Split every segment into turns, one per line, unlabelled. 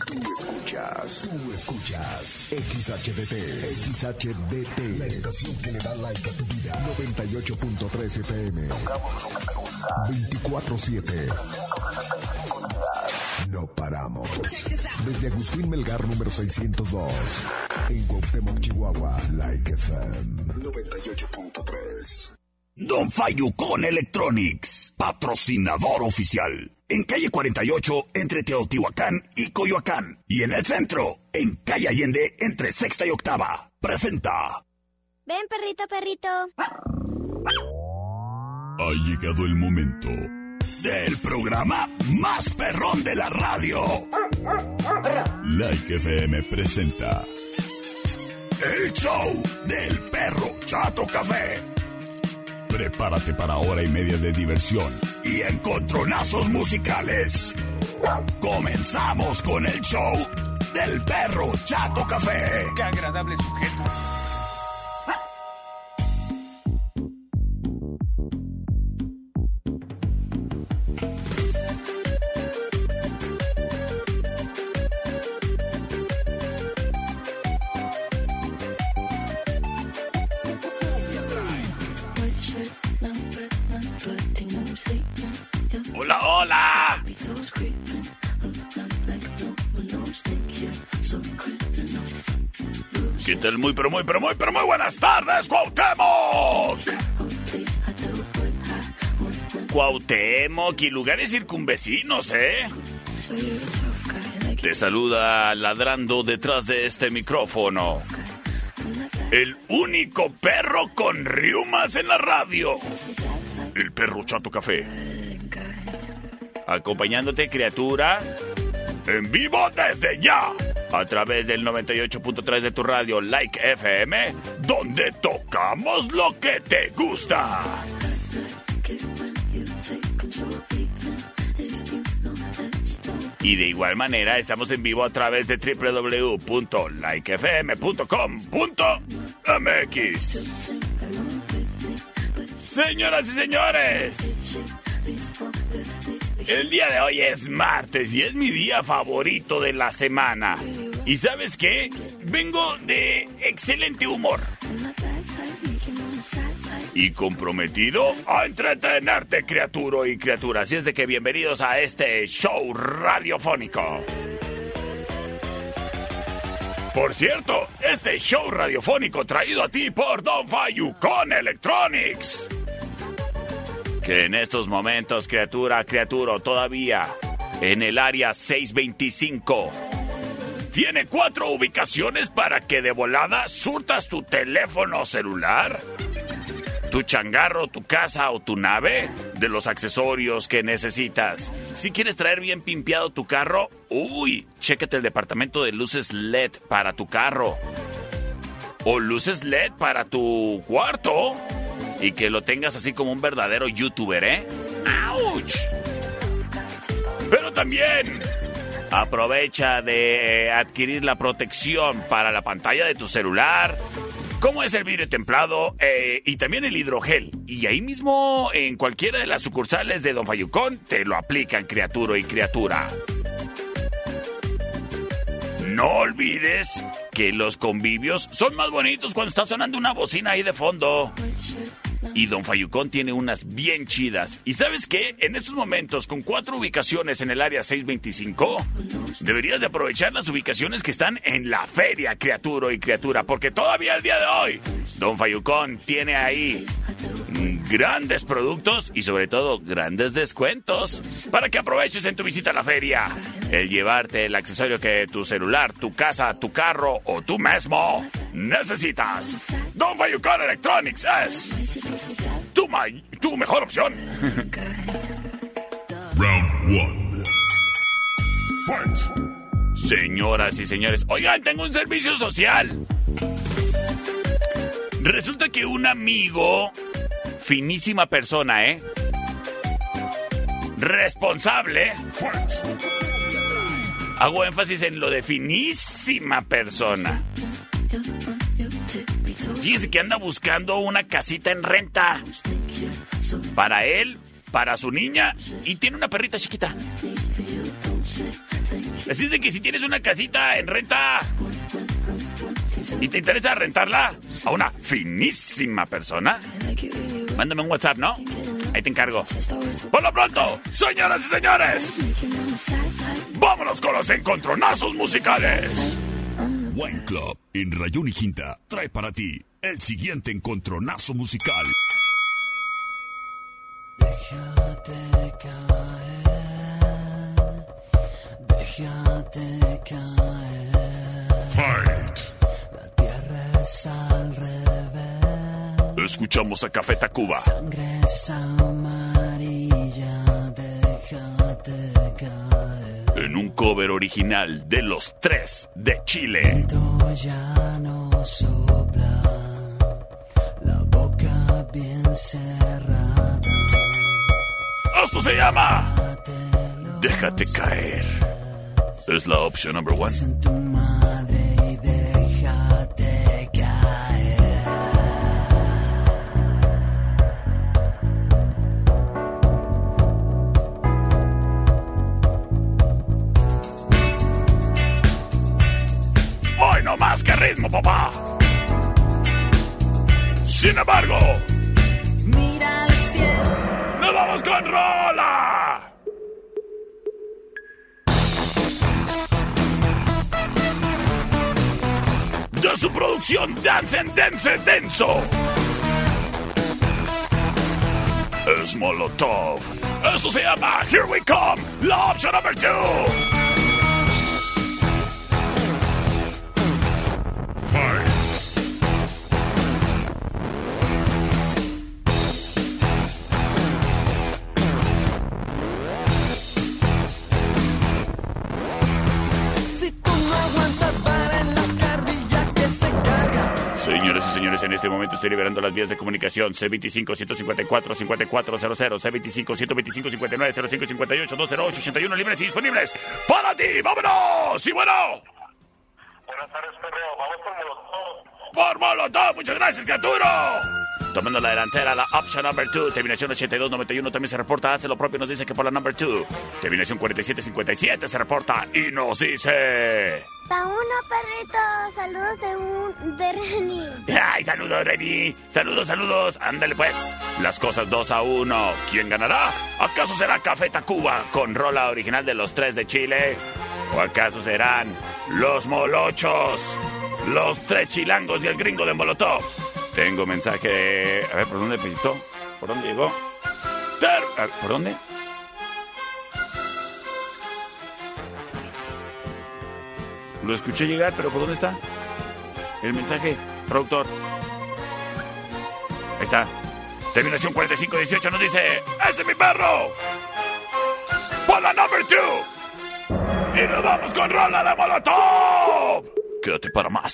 Tú escuchas XHDT, la estación que le da like a tu vida. 98.3 FM. 24/7. No paramos. Desde Agustín Melgar, número 602. En Cuauhtémoc, Chihuahua. Like FM 98.3.
Don Fayucón Electronics, patrocinador oficial. En calle 48, entre Teotihuacán y Coyoacán. Y en el centro, en calle Allende, entre Sexta y Octava. Presenta.
Ven, perrito, perrito.
Ha llegado el momento del programa más perrón de la radio. Like FM presenta el show del perro Chato Café. Prepárate para hora y media de diversión y encontronazos musicales. Comenzamos con el show del perro Chato Café.
¡Qué agradable sujeto!
¡Hola, hola! ¿Qué tal? Muy buenas tardes, Cuauhtémoc. Cuauhtémoc y lugares circunvecinos, ¿eh? Te saluda ladrando detrás de este micrófono el único perro con riumas en la radio, el perro Chato Café. Acompañándote, criatura, en vivo desde ya, a través del 98.3 de tu radio Like FM, donde tocamos lo que te gusta. Y de igual manera estamos en vivo a través de www.likefm.com.mx. Señoras y señores, el día de hoy es martes y es mi día favorito de la semana. ¿Y sabes qué? Vengo de excelente humor y comprometido a entretenerte, criatura y criatura. Así es de que bienvenidos a este show radiofónico. Por cierto, este show radiofónico traído a ti por Don Fayucón Electronics, que en estos momentos, criatura, todavía en el área 625, tiene 4 ubicaciones para que de volada surtas tu teléfono celular, tu changarro, tu casa o tu nave de los accesorios que necesitas. Si quieres traer bien pimpeado tu carro, chécate el departamento de luces LED para tu carro. O luces LED para tu cuarto. Y que lo tengas así como un verdadero youtuber, ¿eh? ¡Auch! Pero también aprovecha de adquirir la protección para la pantalla de tu celular, como es el vidrio templado y también el hidrogel. Y ahí mismo, en cualquiera de las sucursales de Don Fayucón, te lo aplican, criatura y criatura. No olvides que los convivios son más bonitos cuando está sonando una bocina ahí de fondo. Y Don Fayucón tiene unas bien chidas. ¿Y sabes qué? En estos momentos, con 4 ubicaciones en el área 625, deberías de aprovechar las ubicaciones que están en la feria, criatura y criatura, porque todavía el día de hoy, Don Fayucón tiene ahí grandes productos y sobre todo grandes descuentos para que aproveches en tu visita a la feria el llevarte el accesorio que tu celular, tu casa, tu carro o tú mismo necesitas. Don Fayucón Electronics es tu mejor opción.
Round 1. Fight.
Señoras y señores, oigan, tengo un servicio social. Resulta que un amigo, finísima persona, responsable.
Fight.
Hago énfasis en lo de finísima persona. Fíjese que anda buscando una casita en renta para él, para su niña, y tiene una perrita chiquita. Así es de que si tienes una casita en renta y te interesa rentarla a una finísima persona, mándame un WhatsApp, ¿no? Ahí te encargo. Por lo pronto, señoras y señores, vámonos con los encontronazos musicales.
Wine Club en Rayón y Quinta trae para ti el siguiente encontronazo musical.
Déjate caer.
Fight.
La tierra es al revés.
Escuchamos a Café Tacuba.
Sangre es amarilla. Déjate caer.
En un cover original de Los Tres de Chile.
Viento ya no sopla. La boca bien cerrada.
Esto se llama Déjate Caer. Es la opción number 1.
En tu madre y déjate caer.
¡Hoy no más que ritmo, papá! Sin embargo,
Mira al cielo.
¡nos vamos con rola! De su producción Dance and Dance Denso. Es Molotov. Eso se llama Here We Come, la opción number 2.
Si tú no aguantas para en la carrilla que se carga.
Señoras y señores, en este momento estoy liberando las vías de comunicación. C25-154-5400, C25-125-59-05-58-208-81, libres y disponibles para ti. ¡Vámonos! ¡Y bueno!
Buenas tardes, perro. Vamos por Molotov.
¡Por Molotov! ¡Muchas gracias, criatura! Tomando la delantera, la option number 2, terminación 8291 también se reporta. Hace lo propio, nos dice que por la number 2. Terminación 4757 se reporta y nos dice...
Da uno, perrito. Saludos de Reni.
¡Ay, saludos, Reni! ¡Saludos! Ándale, pues. Las cosas 2-1. ¿Quién ganará? ¿Acaso será Café Tacuba con rola original de Los Tres de Chile? ¿O acaso serán los Molochos, los Tres Chilangos y el gringo de Molotov? Tengo mensaje de... A ver, ¿por dónde pintó? ¿Por dónde llegó? ¿Por dónde? Lo escuché llegar, pero ¿por dónde está? El mensaje, productor. Ahí está. Terminación 4518 nos dice... ¡Ese es mi perro! ¡Por la number 2! ¡Y nos vamos con rola de Molotov! Quédate para más.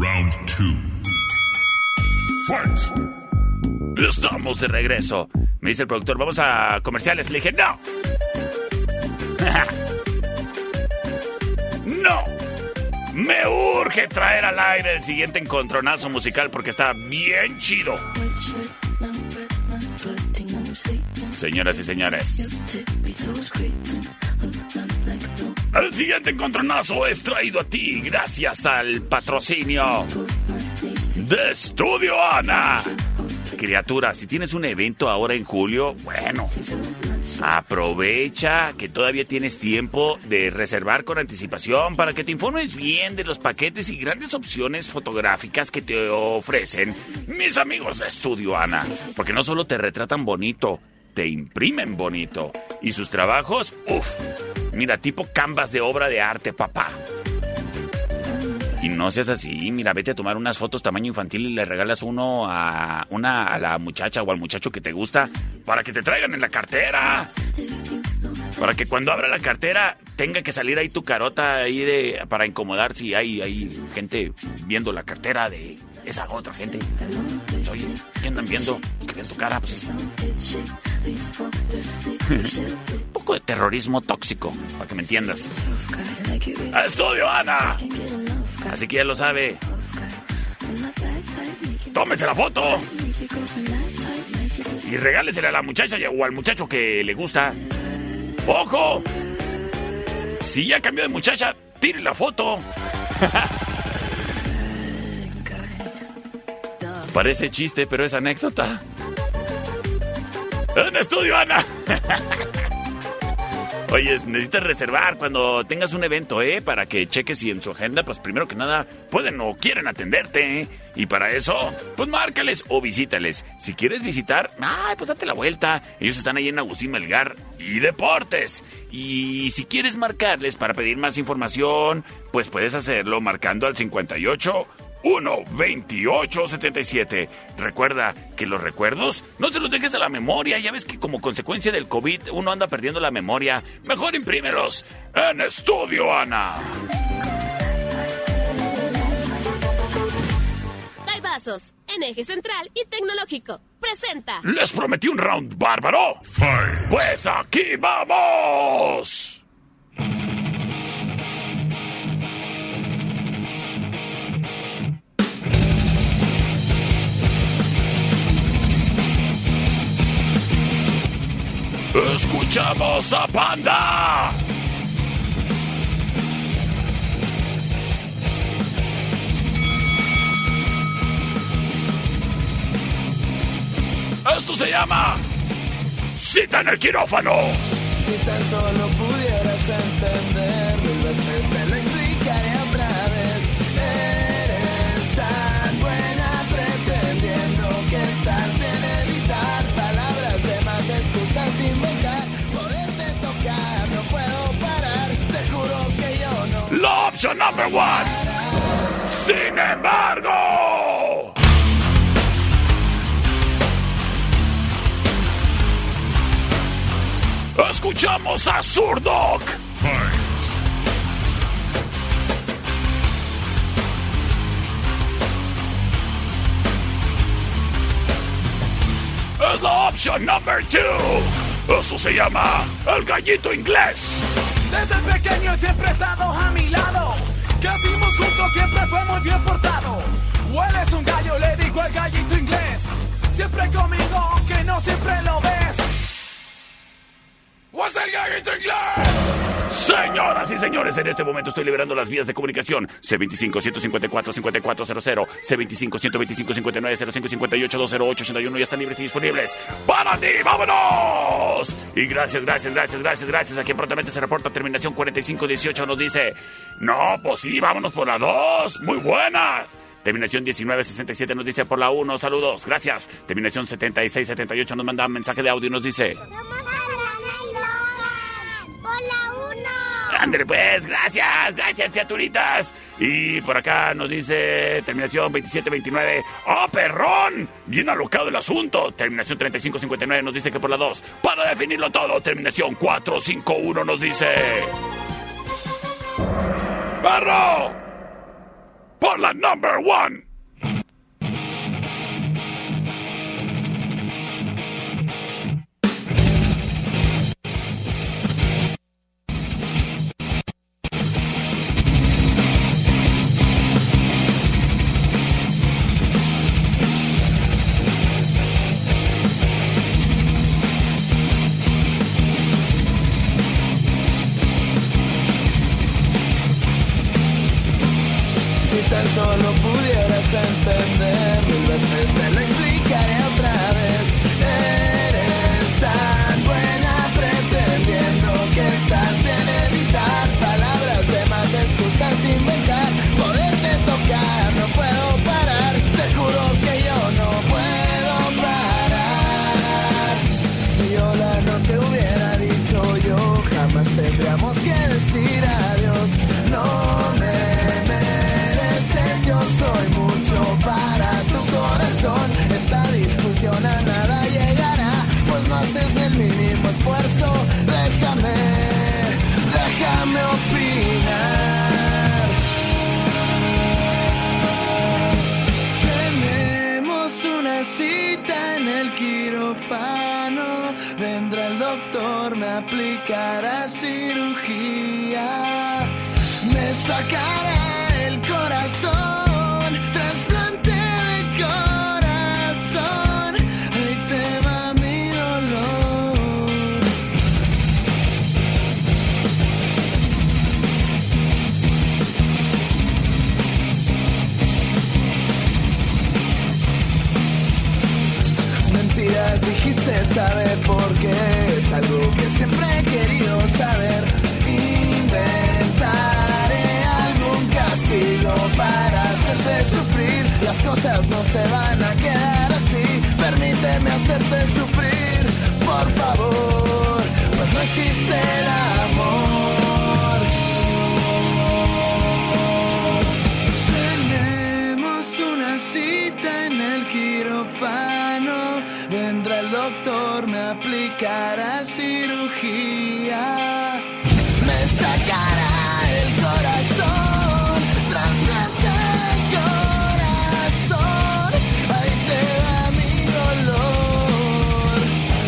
Round 2. Fight.
Estamos de regreso. Me dice el productor, vamos a comerciales. Le dije, no. No. Me urge traer al aire el siguiente encontronazo musical porque está bien chido. Señoras y señores, el siguiente encontronazo es traído a ti gracias al patrocinio de Estudio Ana. Criatura, si tienes un evento ahora en julio, bueno, aprovecha que todavía tienes tiempo de reservar con anticipación para que te informes bien de los paquetes y grandes opciones fotográficas que te ofrecen mis amigos de Estudio Ana. Porque no solo te retratan bonito, te imprimen bonito. Y sus trabajos, mira, tipo canvas de obra de arte, papá. Y no seas así, mira, vete a tomar unas fotos tamaño infantil y le regalas uno a la muchacha o al muchacho que te gusta para que te traigan en la cartera. Para que cuando abra la cartera tenga que salir ahí tu carota ahí para incomodar si hay gente viendo la cartera de esa otra gente. Pues, oye, ¿qué andan viendo? Que ven tu cara, pues sí. Un poco de terrorismo tóxico, para que me entiendas. ¡A Estudio Ana! Así que ya lo sabe. Tómese la foto y regálesela a la muchacha o al muchacho que le gusta. ¡Ojo! Si ya cambió de muchacha, tire la foto. Parece chiste, pero es anécdota. En Estudio Ana. Oye, necesitas reservar cuando tengas un evento, para que cheques si en su agenda, pues primero que nada, pueden o quieren atenderte, Y para eso, pues márcales o visítales. Si quieres visitar, pues date la vuelta. Ellos están ahí en Agustín Melgar y Deportes. Y si quieres marcarles para pedir más información, pues puedes hacerlo marcando al 58-1-28-77. Recuerda que los recuerdos no se los dejes a la memoria. Ya ves que como consecuencia del COVID uno anda perdiendo la memoria. Mejor imprímelos en Estudio Ana.
Vasos, en Eje Central y Tecnológico. Presenta.
¿Les prometí un round bárbaro?
Fight.
Pues aquí vamos. Escuchamos a Panda. Esto se llama Cita en el Quirófano.
Si tan solo pudieras entender, mil veces te lo explicaré otra vez. Eres tan buena pretendiendo que estás bien, evitar palabras de más, excusas inventar, poderte tocar, no puedo parar, te juro que yo no.
La opción number one. Sin embargo, escuchamos a Zurdok. Es la opción number 2. Esto se llama El Gallito Inglés.
Desde pequeño siempre he estado a mi lado. Crecimos juntos, siempre fue muy bien portado. Hueles un gallo, le digo al gallito inglés. Siempre conmigo, aunque no siempre lo ves. ¡What's el gallito inglés!
Señoras y señores, en este momento estoy liberando las vías de comunicación. C25-154-5400, C25-125-5905-58-208-81 ya están libres y disponibles. ¡Para ti! ¡Vámonos! Y gracias a quien prontamente se reporta. Terminación 4518 nos dice: no, pues sí, vámonos por la 2. Muy buena. Terminación 1967 nos dice por la 1. Saludos, gracias. Terminación 7678 nos manda un mensaje de audio y nos dice: ándale pues, gracias, criaturitas. Y por acá nos dice terminación 2729, ¡oh, perrón! Bien alocado el asunto. Terminación 3559 nos dice que por la 2. Para definirlo todo, terminación 451 nos dice: ¡perro! por la number one.
Tan solo pudieras entender, mil veces te lo explicaré otra vez. Eres tan buena pretendiendo que estás bien, evitar palabras de más, excusas inventar, poderte tocar, no puedo parar, te juro que yo no puedo parar. Si hola no te hubiera dicho yo, jamás tendríamos que decir adiós. No me yo soy mucho para tu corazón. Esta discusión a nada llegará, pues no haces ni el mínimo esfuerzo. Déjame opinar. Tenemos una cita en el quirófano. Vendrá el doctor, me aplicará cirugía, me sacará el corazón, trasplante de corazón, ahí te va mi dolor. Mentiras dijiste, ¿sabe por qué? Es algo que siempre he querido saber. Inventaré algún castigo para hacerte sufrir. Las cosas no se van a quedar así. Permíteme hacerte sufrir, por favor, pues no existe el amor. Tenemos una cita en el quirófano. Vendrá el doctor, me aplicará cirugía, me sacará el corazón, trasplante de corazón, ahí te va mi dolor.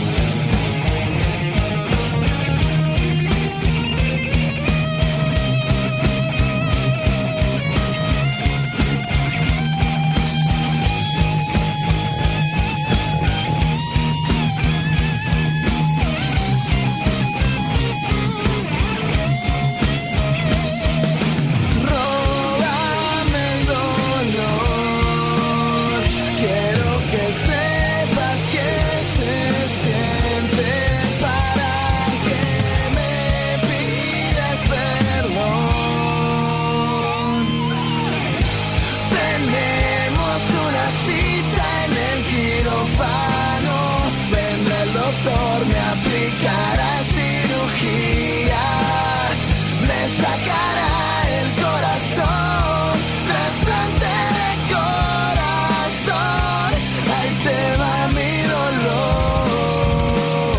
doctor me aplicará cirugía, me sacará el corazón, trasplante de corazón, ahí te va mi dolor,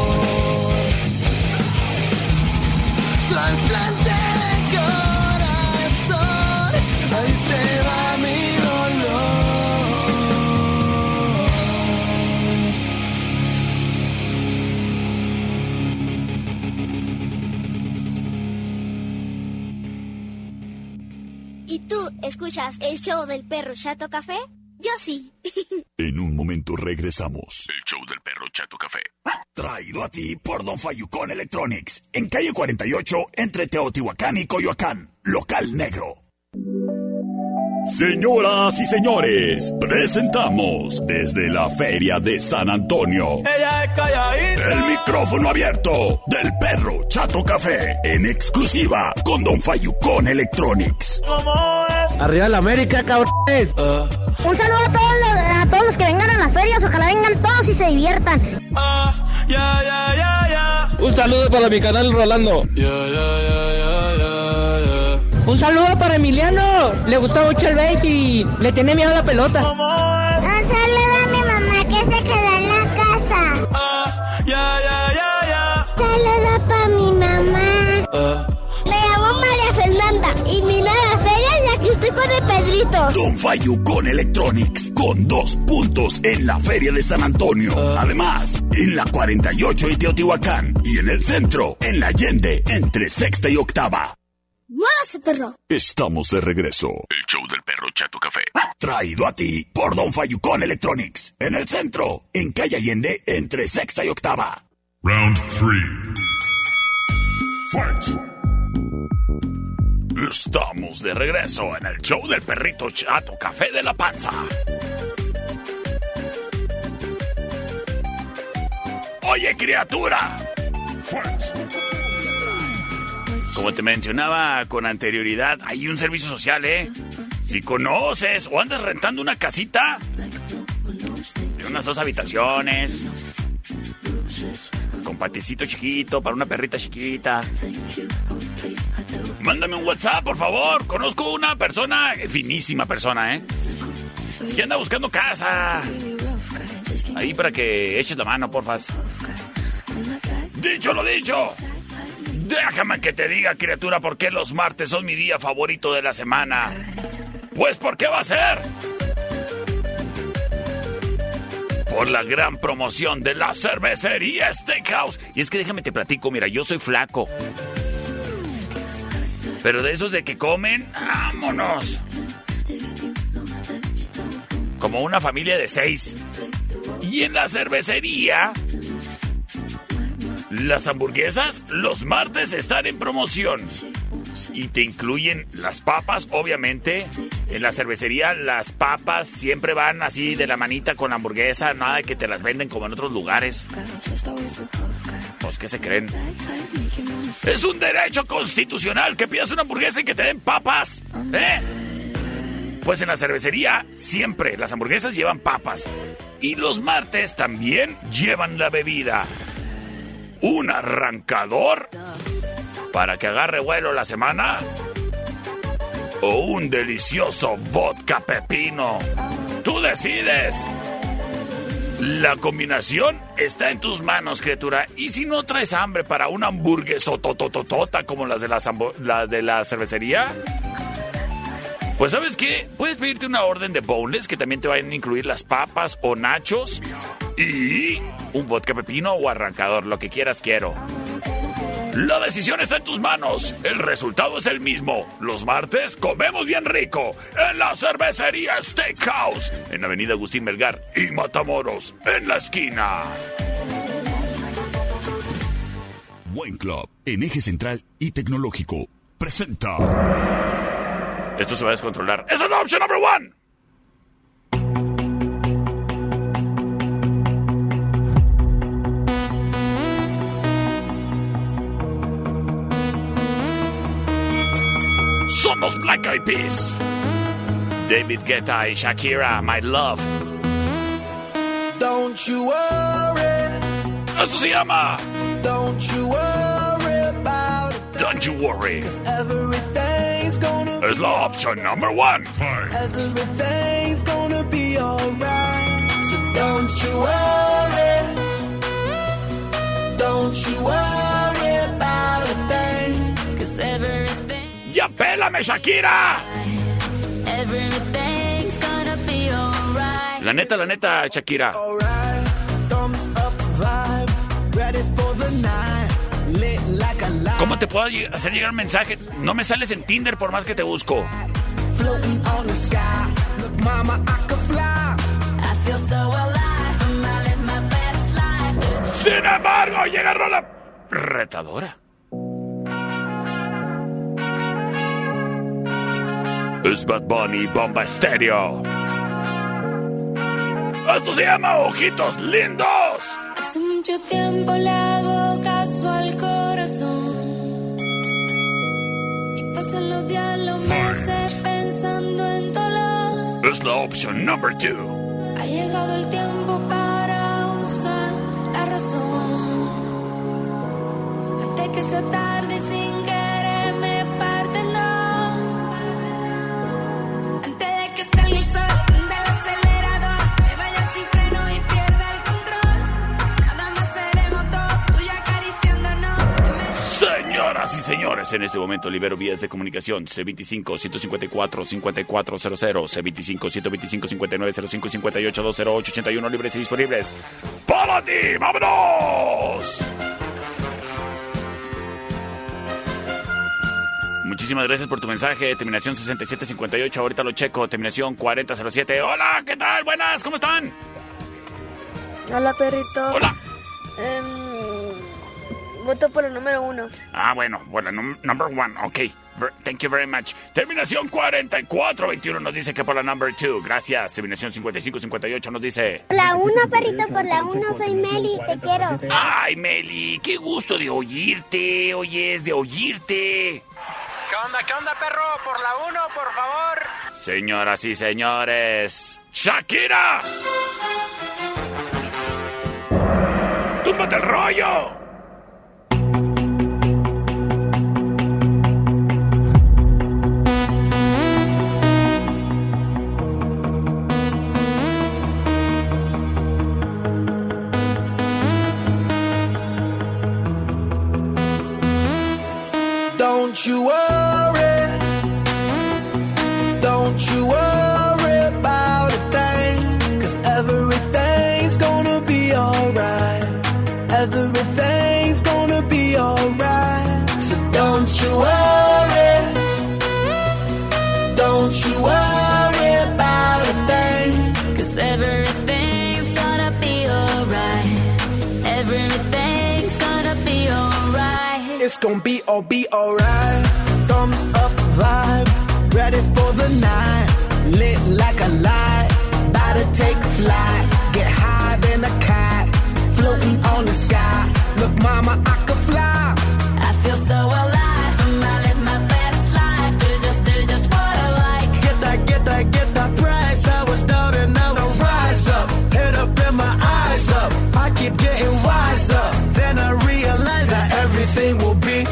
trasplante de corazón, ahí te va mi dolor.
¿Y tú escuchas el show del perro Chato Café? Yo sí.
En un momento regresamos.
El show del perro Chato Café. Traído a ti por Don Fayucón Electronics. En calle 48, entre Teotihuacán y Coyoacán. Local negro.
Señoras y señores, presentamos desde la Feria de San Antonio.
Ella es calladita.
El micrófono abierto del perro Chato Café. En exclusiva con Don Fayucón Electronics.
¿Cómo es?
Arriba la América, cabrones.
Un saludo a todos los que vengan a las ferias. Ojalá vengan todos y se diviertan.
Ya.
Un saludo para mi canal Rolando.
Ya.
Un saludo para Emiliano. Le gusta mucho el base y le tiene miedo a la pelota.
¿Cómo es?
Un saludo a mi mamá que se quedó en la casa.
Ya.
Saludo para mi mamá. Me llamo María Fernanda y vine a la feria ya que estoy con el perrito puntos.
Don Fayu con Electronics, con 2 puntos en la Feria de San Antonio. Además, en la 48 y Teotihuacán. Y en el centro, en la Allende, entre 6ª y 8ª.
¡Muévase, perro!
Estamos de regreso. El show del perro Chato Café. Traído a ti por Don Fayu con Electronics. En el centro, en calle Allende, entre 6ª y 8ª.
Round 3. Fight.
Estamos de regreso en el show del perrito Chato Café de la Panza. Oye, criatura.
Fight.
Como te mencionaba con anterioridad, hay un servicio social, ¿eh? Si conoces o andas rentando una casita de unas 2 habitaciones, con patiecito chiquito para una perrita chiquita, mándame un WhatsApp, por favor. Conozco una persona, finísima persona, ¿eh? Que anda buscando casa. Ahí para que eches la mano, porfas. Dicho lo dicho, déjame que te diga, criatura, por qué los martes son mi día favorito de la semana. Pues, ¿por qué va a ser? Por la gran promoción de la cervecería Steakhouse. Y es que déjame te platico, mira, yo soy flaco. Pero de esos de que comen, ¡vámonos! Como una familia de 6. Y en la cervecería, las hamburguesas los martes están en promoción. Y te incluyen las papas, obviamente. En la cervecería las papas siempre van así de la manita con la hamburguesa. Nada de que te las venden como en otros lugares. Pues, ¿qué se creen? Es un derecho constitucional que pidas una hamburguesa y que te den papas, ¿eh? Pues en la cervecería siempre las hamburguesas llevan papas. Y los martes también llevan la bebida. Un arrancador para que agarre vuelo la semana, o un delicioso vodka pepino. Tú decides. La combinación está en tus manos, criatura. Y si no traes hambre para una hamburguesotototota como las de la cervecería, pues ¿sabes qué? Puedes pedirte una orden de boneless que también te vayan a incluir las papas o nachos y un vodka pepino o arrancador, lo que quieras quiero. La decisión está en tus manos. El resultado es el mismo. Los martes comemos bien rico en la cervecería Steakhouse, en Avenida Agustín Melgar y Matamoros, en la esquina.
Wine Club, en Eje Central y Tecnológico, presenta.
Esto se va a descontrolar. ¡Esa es la opción number 1! Son los Black Eyed Peas. David Guetta y Shakira, My Love.
Don't you worry.
Esto se llama
Don't you worry about it.
Don't You Worry.
Everything's gonna
Es la opción number 1.
Everything's gonna be alright. So don't you worry. Don't you worry about a thing. 'Cause everything.
¡Ya pélame, Shakira!
Everything's gonna be alright.
La neta, Shakira.
Alright. Thumbs up vibe. Ready for the night. Lit like a light.
¿Cómo te puedo hacer llegar un mensaje? No me sales en Tinder por más que te busco.
Floating on the sky. Look, mama, I could fly. I feel so alive. I'm living my best life.
Sin embargo, llega rola retadora. Es Bad Bunny, Bomba Estéreo. Esto se llama Ojitos Lindos.
Hace mucho tiempo le hago caso al corazón. Y pasan los días, los meses pensando en dolor.
Es la opción number 2.
Ha llegado el tiempo para usar la razón. Antes que sea tarde sin querer me parte, no. Antes de que salga el sol del acelerador, me vaya sin freno y pierda el control. Nada más seremos dos, tú y acariciándonos.
Señoras y Señores, en este momento libero vías de comunicación. C25-154-5400, C25-125-5905 y 58-208-81 libres y disponibles. ¡Para ti! ¡Vámonos! Muchísimas gracias por tu mensaje. Terminación 6758. Ahorita lo checo. Terminación 4007. Hola, ¿qué tal? Buenas, ¿cómo están?
Hola, perrito.
Hola.
Voto por el número 1.
Ah, bueno, number 1, ok. Thank you very much. Terminación 4421 nos dice que por la number 2. Gracias. Terminación 5558 nos dice...
La 1, perrito, por la 1. Soy Meli, te quiero.
Ay, Meli, qué gusto de oírte. Oyes, de oírte.
¿Qué onda, perro? Por la 1, por favor.
Señoras y señores, ¡Shakira! ¡Túmbate el rollo!
Don't you worry about a thing, 'cause everything's gonna be alright. Everything's gonna be alright. So don't you worry about a thing, 'cause everything's gonna be alright. Everything's gonna be alright. It's gonna be alright. Thumbs up vibe, ready for the night. Lit like a light, about to take a flight. Get high than a cat, floating on the sky. Look, mama, I could fly. I feel so alive. I live my best life. Do just what I like. Get that price. I was down and now I rise up. Head up and my eyes up. I keep getting wiser. Then I realize that everything will be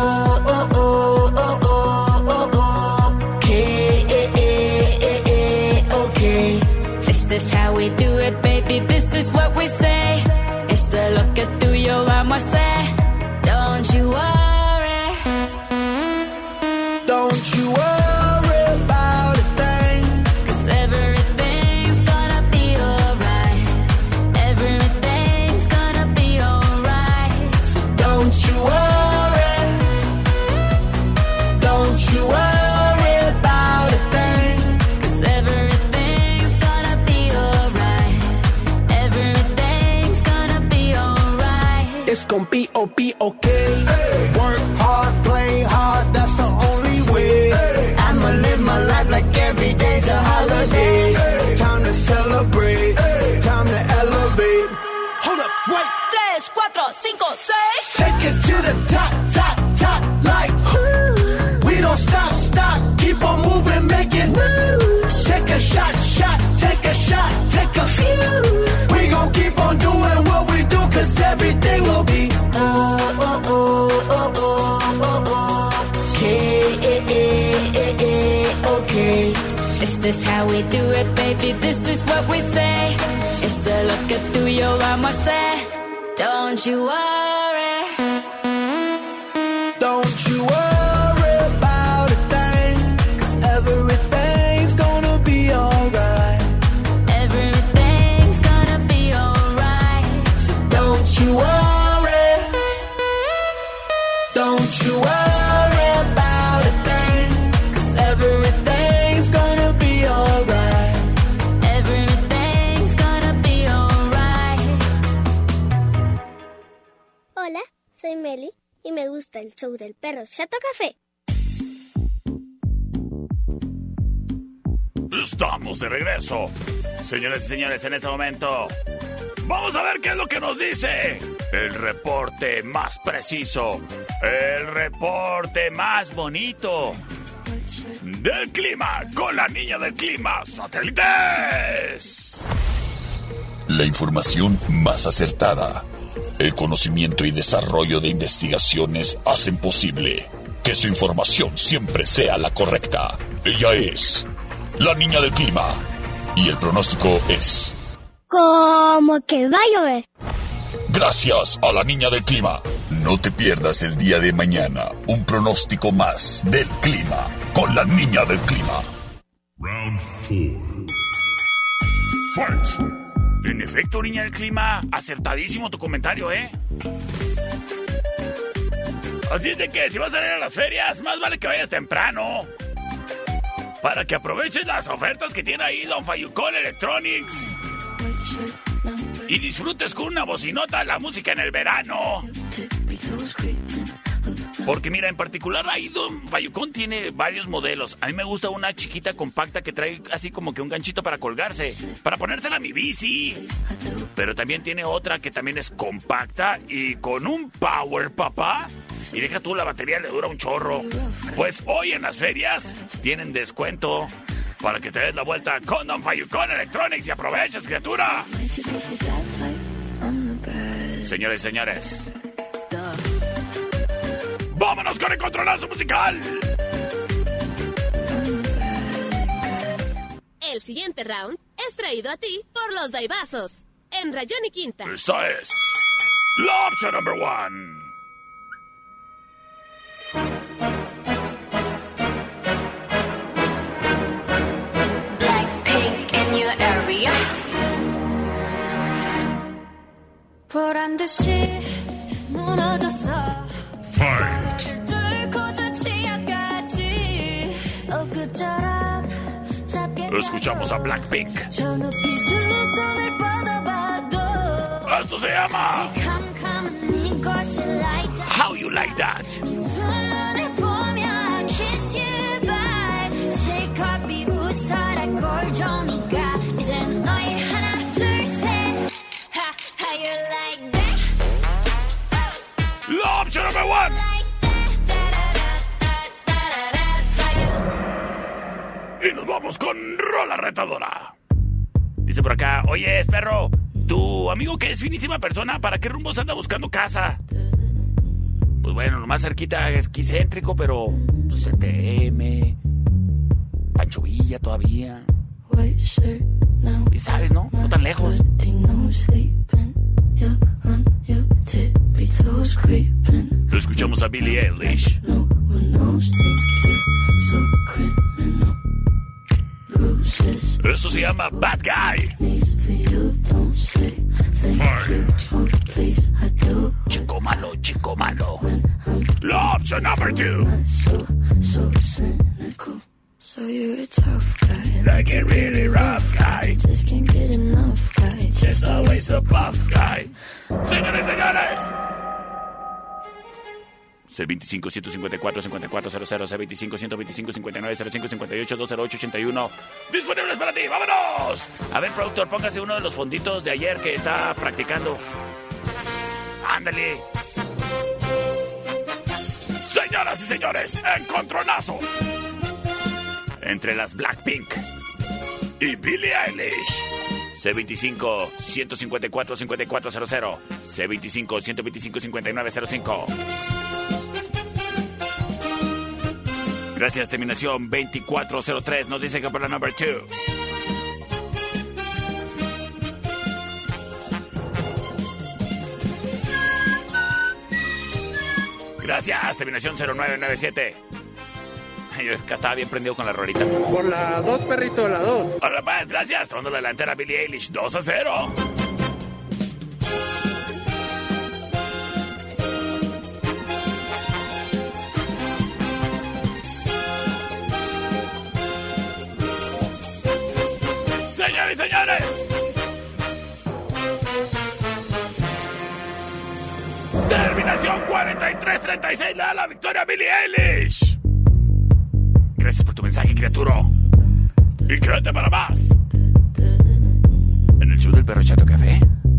okay. This is how we do it, baby. This is what we say. It's a lo que tú y yo vamos a hacer. Don't you worry. Don't you worry about a thing, 'cause everything's gonna be alright. Everything's gonna be alright. So don't you worry. Don't you worry about a thing, 'cause everything's gonna be alright. Everything's gonna be alright. It's gonna be okay. Hey. Work hard, play hard, that's the only way. Hey. I'ma live my life like every day's a holiday. Hey. Time to celebrate, hey. Time to elevate. Hold up, wait.
3, 4, 5, 6.
Take it to the top, like ooh. We don't stop, keep on moving, make it moves. Take a shot, take a shot, take a few. We gon' keep on doing what we do, 'cause everything will be okay. This is how we do it, baby. This is what we say. It's a lo que tú y yo vamos a hacer. Don't you worry. Don't you worry about a thing, 'cause everything's gonna be alright. Everything's gonna be alright. So don't you worry. Don't you worry about a thing, 'cause everything's gonna be alright. Everything's gonna be alright.
Hola, soy Meli y me gusta el show del perro Chato Café.
Estamos de regreso. Señores y señores, en este momento vamos a ver qué es lo que nos dice el reporte más preciso, el reporte más bonito del clima con la niña del clima, Satélites.
La información más acertada, el conocimiento y desarrollo de investigaciones hacen posible que su información siempre sea la correcta. Ella es la niña del clima y el pronóstico es...
Como que va a llover.
Gracias a la niña del clima, No te pierdas el día de mañana un pronóstico más del clima con la niña del clima.
Round 4. Fight.
En efecto, niña del clima, acertadísimo tu comentario, ¿eh? Así es de que si vas a ir a las ferias, más vale que vayas temprano, para que aproveches las ofertas que tiene ahí Don Fayucón Electronics y disfrutes con una bocinota la música en el verano. Porque mira, en particular ahí Don Fayucón tiene varios modelos. A mí me gusta una chiquita compacta que trae así como que un ganchito para colgarse, para ponérsela a mi bici. Pero también tiene otra que también es compacta y con un power, papá. Y deja tú, la batería le dura un chorro. Pues hoy en las ferias tienen descuento para que te des la vuelta con Don Fayucón Electronics y aproveches, criatura. Señores y señores, ¡vámonos con el controlazo musical!
El siguiente round es traído a ti por los Daibazos, en Rayón y Quinta.
Esta es la opción number 1.
Blackpink in your area. 보란 듯이 무너졌어.
Fight.
뚫고 저 치아까지 엊그처럼 잡게
Escuchamos a Blackpink.
저 높이 두 손을 뻗어봐도
Esto se llama
캄캄한 이곳을 like that.
How You Like That.
네 두 눈을 보며 kiss you bye. 실컷 비웃어라 꼴 좋으니까 이제 너희 하나 둘 셋. How you like that?
La opción number 1. Y nos vamos con Rola Retadora. Dice por acá, oye, perro, tu amigo que es finísima persona, ¿para qué rumbos anda buscando casa? Pues bueno, lo más cerquita es aquí céntrico, pero pues CTM, Pancho Villa todavía. Y sabes, ¿no? No tan lejos. Escuchamos a Billie Eilish. Eso se llama Bad Guy. Chico malo, chico malo. La opción number 2.
So you're a tough guy,
Like a really rough guy.
just can't get enough guy.
Just always a buff guy. Señores, señores. C25-154-5400, C25-125-5905-58-208-81. Disponibles para ti, ¡vámonos! A ver, productor, póngase uno de los fonditos de ayer que está practicando. ¡Ándale! Señoras y señores, encontronazo entre las Blackpink y Billie Eilish. C25-154-5400, C25-125-5905. Gracias, terminación 2403. Nos dice que por la number 2. Gracias, terminación 0997. Yo estaba bien prendido con la rolita.
Por la 2, perrito, la 2.
Hola, pues, gracias. Tomando la delantera Billie Eilish, 2-0. Señores y señores, terminación 4336 le da la victoria a Billie Eilish. Gracias por tu mensaje, criatura. Y quédate para más en el show del Perro Chato Café.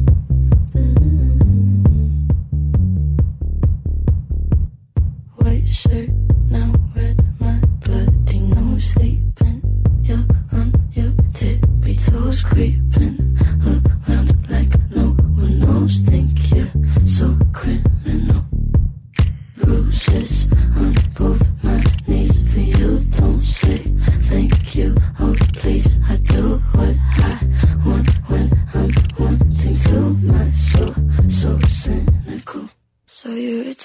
White shirt, now red, my bloody nose sleeping. You're on your tippy toes, creeping around like no one knows. Think you're so criminal. Bruises on both my knees for you. Don't say thank you. Oh, please, I do what I want when I'm wanting to. My soul, so cynical. So you're a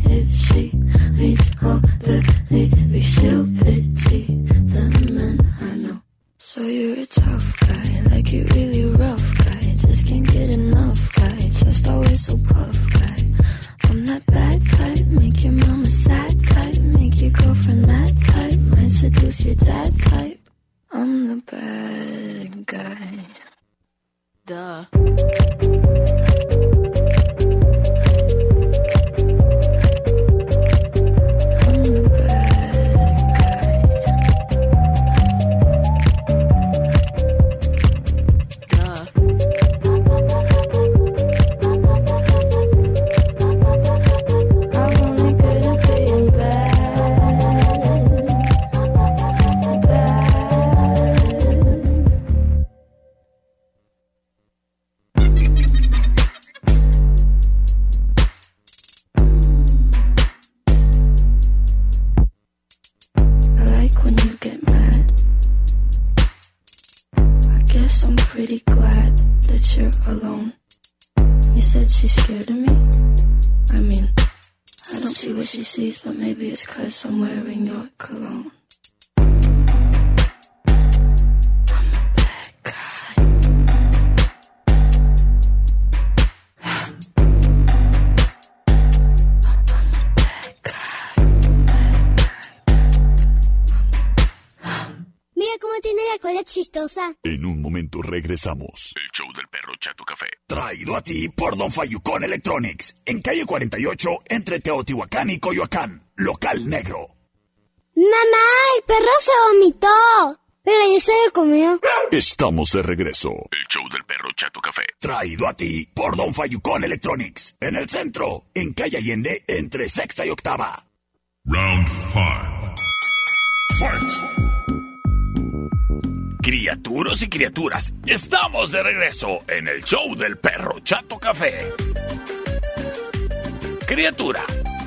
if she needs all the maybe she'll pity the men I know. So you're a tough guy, like you really rough guy. Just can't get enough guy, just always so puff guy. I'm that bad type, make your mama sad type, make your girlfriend mad type, might seduce your dad type. I'm the bad guy. Duh. But maybe it's 'cause I'm wearing your cologne.
Mira cómo tiene la cola chistosa.
En un momento regresamos. El show del perro Chato Café. Traído a ti por Don Fayucón Electronics. En calle 48, entre Teotihuacán y Coyoacán. Local negro.
¡Mamá! ¡El perro se vomitó! Pero ya se lo comió.
Estamos de regreso. El show del perro Chato Café. Traído a ti por Don Fayucón Electronics. En el centro, en calle Allende, entre Sexta y Octava.
Round 5. Fight.
Criaturos y criaturas, estamos de regreso en el show del perro Chato Café. Criatura.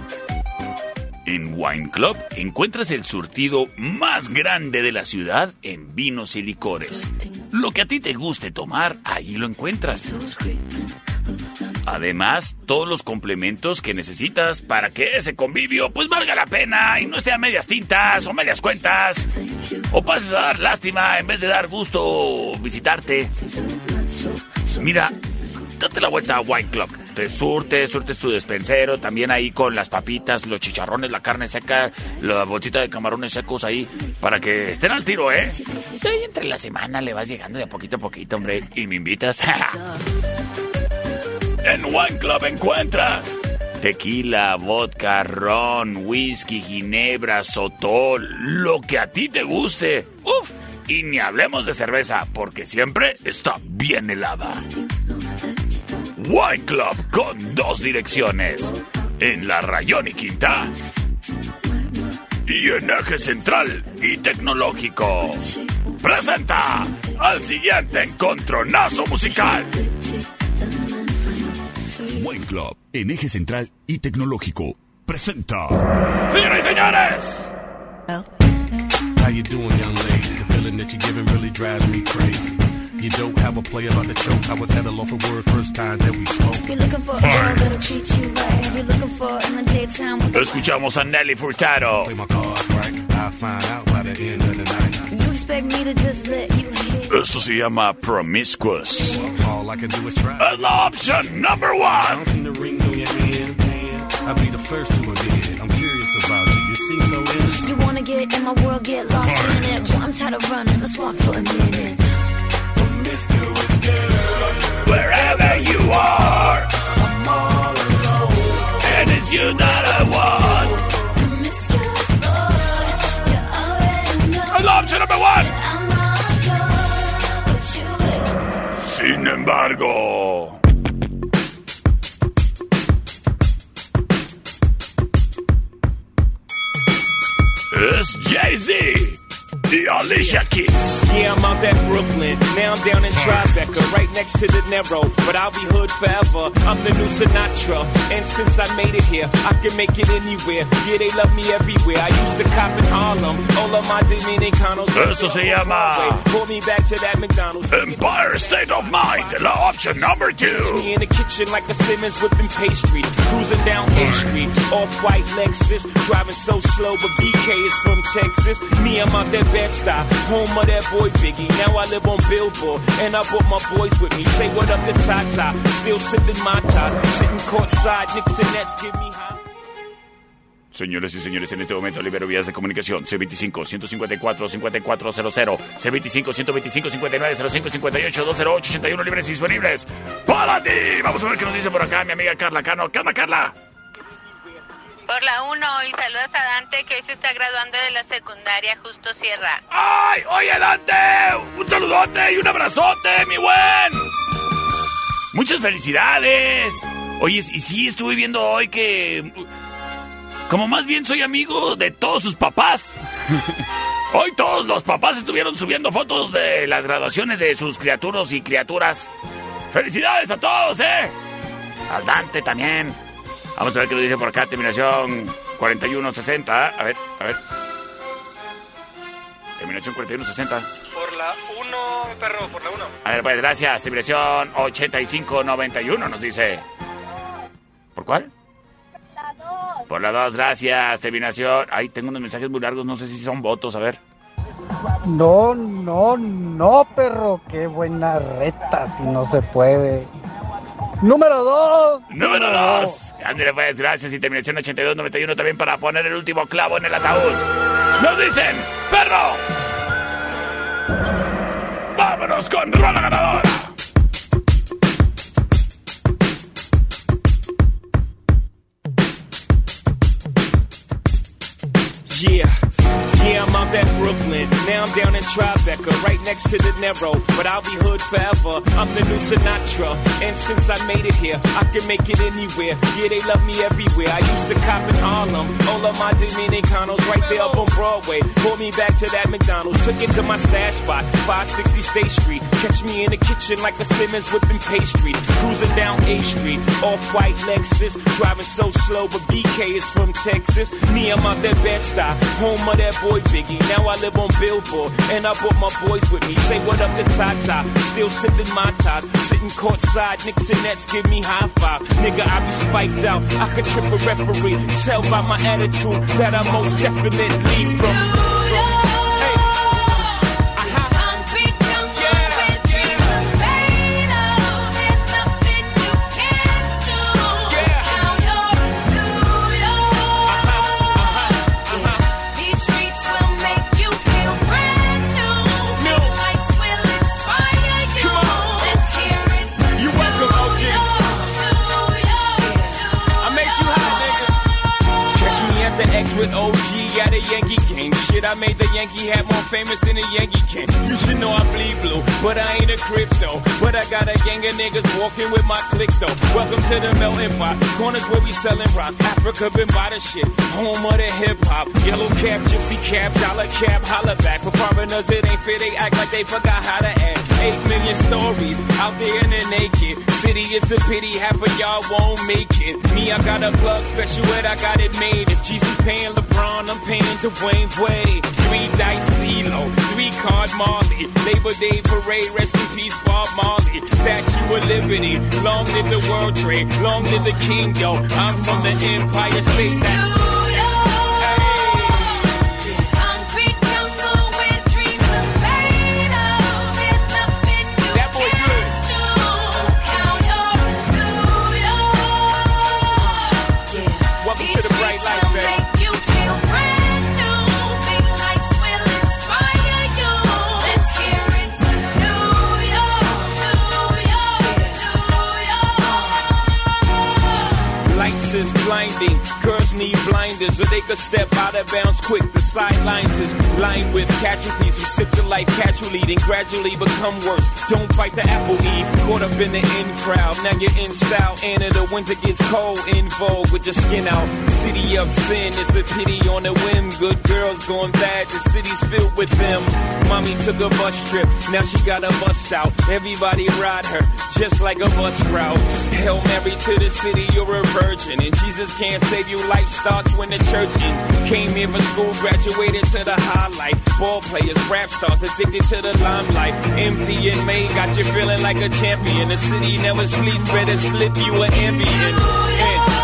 En Wine Club encuentras el surtido más grande de la ciudad en vinos y licores. Lo que a ti te guste tomar, ahí lo encuentras. Además, todos los complementos que necesitas para que ese convivio pues valga la pena y no esté a medias tintas o medias cuentas. O pases a dar lástima en vez de dar gusto visitarte. Mira, date la vuelta a Wine Club. Te surtes tu despensero, también ahí con las papitas, los chicharrones, la carne seca, la bolsita de camarones secos ahí, para que estén al tiro, ¿eh? Y entre la semana le vas llegando de a poquito, hombre, y me invitas. En Wine Club encuentras tequila, vodka, ron, whisky, ginebra, sotol, lo que a ti te guste. Uf, y ni hablemos de cerveza, porque siempre está bien helada. Wine Club con 2 direcciones, en La Rayón y Quinta y en Eje Central y Tecnológico. Presenta al siguiente encontronazo musical.
Wine Club en Eje Central y Tecnológico presenta.
¡Señoras y señores!
How you doing, young lady? The feeling that you're giving really drives me crazy. You don't have a play about the choke. I was at a loss for words first time that we spoke.
You're looking for a girl that'll treat you right. You're looking for in the daytime.
Escuchamos a Nelly Furtado.
Play my cards right. I'll find out by the end of the night.
You expect me to just let you hit.
Esto se llama Promiscuous.
All I can do is try.
Es la opción number 1.
Bouncing the ring on your hand. I'll be the first to admit. I'm curious about you. You seem so innocent.
You wanna get in my world, get lost in it. Well, I'm tired of running. Let's walk for a minute.
Promiscuous girl,
wherever you are,
I'm all alone,
and it's you that I want.
Promiscuous boy, you already know.
Es la opción number 1.
I'm all yours, but you
Sin embargo, es Jay-Z y Alicia Keys.
Yeah, I'm out at Brooklyn. Now I'm down in Tribeca, right next to the Narrow. But I'll be hood forever. I'm the new Sinatra. And since I made it here, I can make it anywhere. Yeah, they love me everywhere. I used to cop in Harlem. All of my Dominicanos.
Esto se llama
Pull me back to that McDonald's.
Empire State of Mind, la option number 2.
Me in the kitchen like a Simmons whipping pastry. Cruising down A Street. Off-white Lexus. Driving so slow, but BK is from Texas. Me, I'm out that Bed-Stuy. Home of that boy Biggie. Now I live on Billboard. And I brought my boys with me. Say what up to Tata. Still sipping my top. Sitting courtside. Knicks and Nets give me high.
Señores y señores, en este momento libero vías de comunicación. C25-154-5400, C25-125-5905, 58-208-81 libres y disponibles para ti. Vamos a ver qué nos dice por acá mi amiga Carla Cano. Carla.
Por la 1, y saludos a Dante, que hoy se está graduando de la secundaria Justo Sierra.
¡Ay! Oye, Dante, un saludote y un abrazote, mi buen. Muchas felicidades. Oye, y sí, estuve viendo hoy que... como más bien soy amigo de todos sus papás. Hoy todos los papás estuvieron subiendo fotos de las graduaciones de sus criaturos y criaturas. ¡Felicidades a todos, Al Dante también. Vamos a ver qué nos dice por acá, terminación 4160. A ver. Terminación 4160.
Por la 1, perro, por la 1.
A ver, pues, gracias. Terminación 8591 nos dice. ¿Por cuál? Por la 2, gracias. Terminación. Ay, tengo unos mensajes muy largos, no sé si son votos, a ver.
No, perro, qué buena reta, si no se puede. Número 2.
Ándale, pues, gracias. Y terminación 8291 también para poner el último clavo en el ataúd. Nos dicen, perro. Vámonos con rola ganadora.
Yeah, I'm out at Brooklyn. Now I'm down in Tribeca, right next to the Narrow. But I'll be hood forever. I'm the new Sinatra. And since I made it here, I can make it anywhere. Yeah, they love me everywhere. I used to cop in Harlem. All of my Dominicanos right there up on Broadway. Pulled me back to that McDonald's. Took it to my stash spot, 560 State Street. Catch me in the kitchen like a Simmons whipping pastry. Cruising down A Street. Off-white Lexus. Driving so slow, but BK is from Texas. Me, I'm out that Bed-Stuy. Home of that boy Biggie. Now I live on Billboard, and I brought my boys with me. Say what up to Tata. Still sipping my top. Sitting courtside. Knicks and Nets give me high five. Nigga, I be spiked out. I could trip a referee. Tell by my attitude that I most definitely from. With OG at a Yankee game. Shit, I made the Yankee hat more famous than a Yankee can. You should know I bleed blue, but I ain't a crypto. But I got a gang of niggas walking with my click though. Welcome to the melting pot. Corners where we selling rock. Africa been by the shit. Home of the hip hop. Yellow cap, gypsy cap, dollar cap, holla back. For foreigners it ain't fair, they act like they forgot how to act. 8 million stories out there in the naked city. It's a pity half of y'all won't make it. Me, I got a plug special ed, I got it made. If Jesus paying LeBron, I'm paying Dwayne Wade. 3 dice CeeLo, 3 card Marley. Labor Day parade, rest in peace Bob Marley. Statue of Liberty, long live the World Trade, long live the King, yo. I'm from the Empire State, that's... Blinding. Girls need blinders so they could step out of bounds quick. The sidelines is lined with casualties who sip the life casually, then gradually become worse. Don't fight the apple eve, caught up in the in crowd. Now you're in style, and the winter gets cold. In vogue with your skin out. City of sin, it's a pity on a whim. Good girls going bad, the city's filled with them. Mommy took a bus trip, now she got a bust out. Everybody ride her, just like a bus route. Hail Mary to the city, you're a virgin. And Jesus can't save you, life starts when the church in. Came here for school, graduated to the highlight. Ball players, rap stars, addicted to the limelight. Empty and May got you feeling like a champion. The city never sleeps, better slip you an Ambien.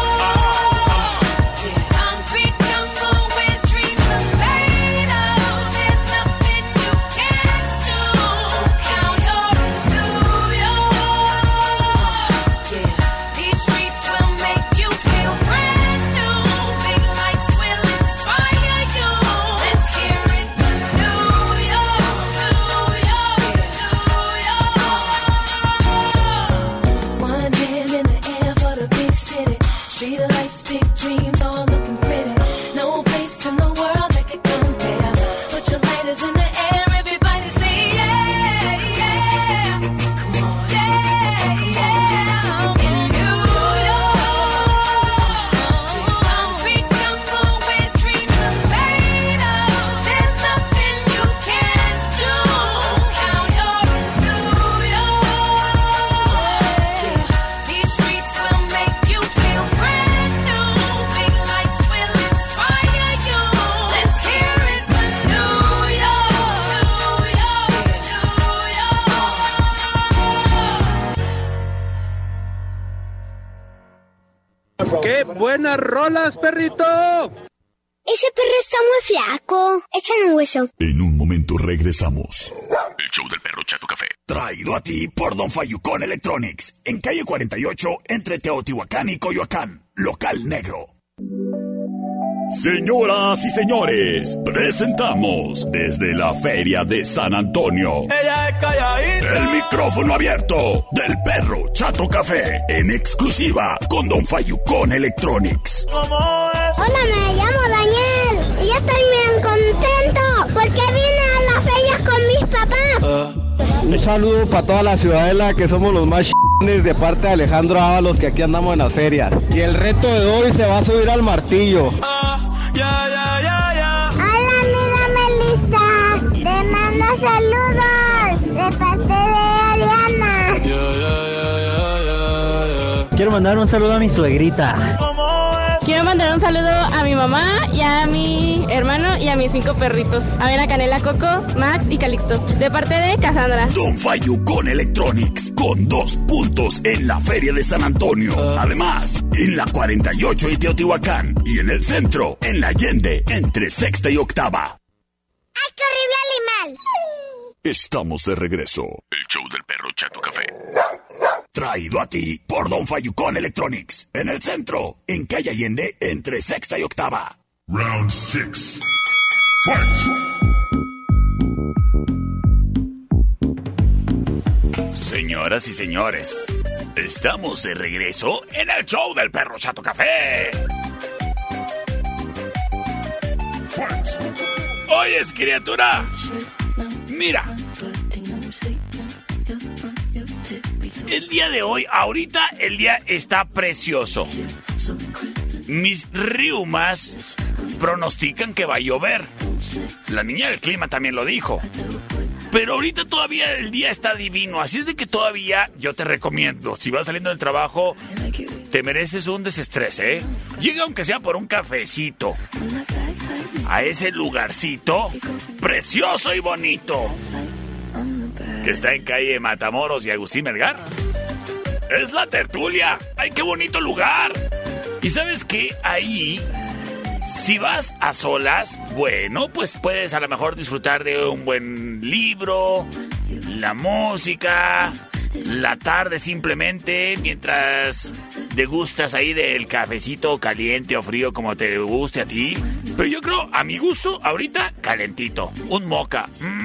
¡Qué buenas rolas, perrito!
Ese perro está muy flaco. Échale un hueso.
En un momento regresamos. El show del perro Chato Café. Traído a ti por Don Fayucón Electronics. En calle 48, entre Teotihuacán y Coyoacán. Local negro. Señoras y señores, presentamos desde la Feria de San Antonio.
Ella es calladita.
El micrófono abierto del perro Chato Café. En exclusiva con Don Fayucón Electronics.
Hola, me llamo Daniel. Y yo estoy bien contento porque vine a las ferias con mis papás.
Un saludo para toda la ciudadela, que somos los más ch***nes, de parte de Alejandro Ábalos, que aquí andamos en las ferias. Y el reto de hoy se va a subir al martillo.
Hola, amiga Melissa. Te mando saludos de parte de Ariana.
Quiero mandar un saludo a mi suegrita.
Quiero mandar un saludo a mi mamá y a mi hermano y a mis 5 perritos. Avena, Canela, Coco, Max y Calixto. De parte de Cassandra.
Don Fayucón Electronics, con 2 puntos en la Feria de San Antonio. Además, en la 48 y Teotihuacán. Y en el centro, en la Allende, entre Sexta y Octava.
¡Ay, qué horrible animal!
Estamos de regreso. El show del perro Chato Café. Traído a ti por Don Fayucón Electronics. En el centro, en calle Allende, entre Sexta y Octava.
Round 6. Fight!
Señoras y señores, estamos de regreso en el show del perro Chato Café.
Fight!
Oyes, criatura, mira, el día de hoy, ahorita el día está precioso. Mis riumas pronostican que va a llover. La niña del clima también lo dijo. Pero ahorita todavía el día está divino. Así es de que todavía yo te recomiendo, si vas saliendo del trabajo, te mereces un desestrés, ¿eh? Llega aunque sea por un cafecito a ese lugarcito precioso y bonito que está en calle Matamoros y Agustín Melgar. Es La Tertulia. ¡Ay, qué bonito lugar! Y ¿sabes qué? Ahí, si vas a solas, bueno, pues puedes a lo mejor disfrutar de un buen libro, la música, la tarde simplemente, mientras degustas ahí del cafecito caliente o frío como te guste a ti. Pero yo creo, a mi gusto, ahorita calentito, un moca.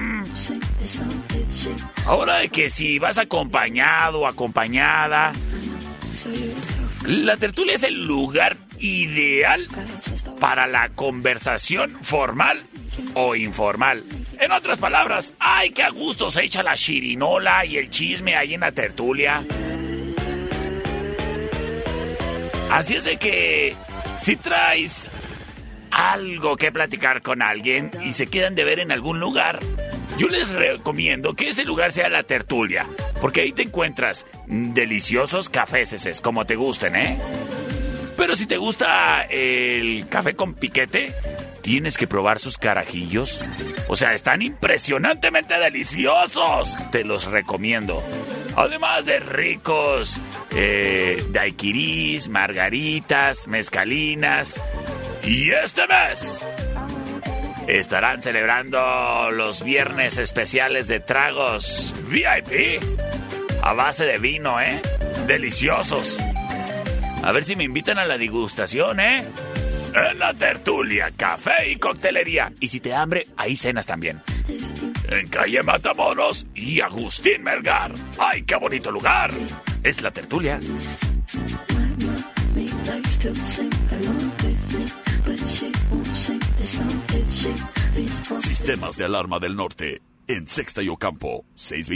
Ahora de que si vas acompañado o acompañada, La Tertulia es el lugar ideal para la conversación formal o informal. En otras palabras, ¡ay, qué a gusto se echa la chirinola y el chisme ahí en la tertulia! Así es de que si traes algo que platicar con alguien y se quedan de ver en algún lugar, yo les recomiendo que ese lugar sea la tertulia, porque ahí te encuentras deliciosos cafés, como te gusten, ¿eh? Pero si te gusta el café con piquete, tienes que probar sus carajillos. O sea, están impresionantemente deliciosos. Te los recomiendo. Además de ricos daiquiris, margaritas, mezcalinas. Y este mes estarán celebrando los viernes especiales de tragos VIP a base de vino, ¿eh? Deliciosos. A ver si me invitan a la degustación, ¿eh? En la tertulia, café y coctelería. Y si te da hambre, ahí cenas también. En calle Matamoros y Agustín Melgar. ¡Ay, qué bonito lugar! Es la tertulia.
Sistemas de alarma del norte. En Sexta y Ocampo,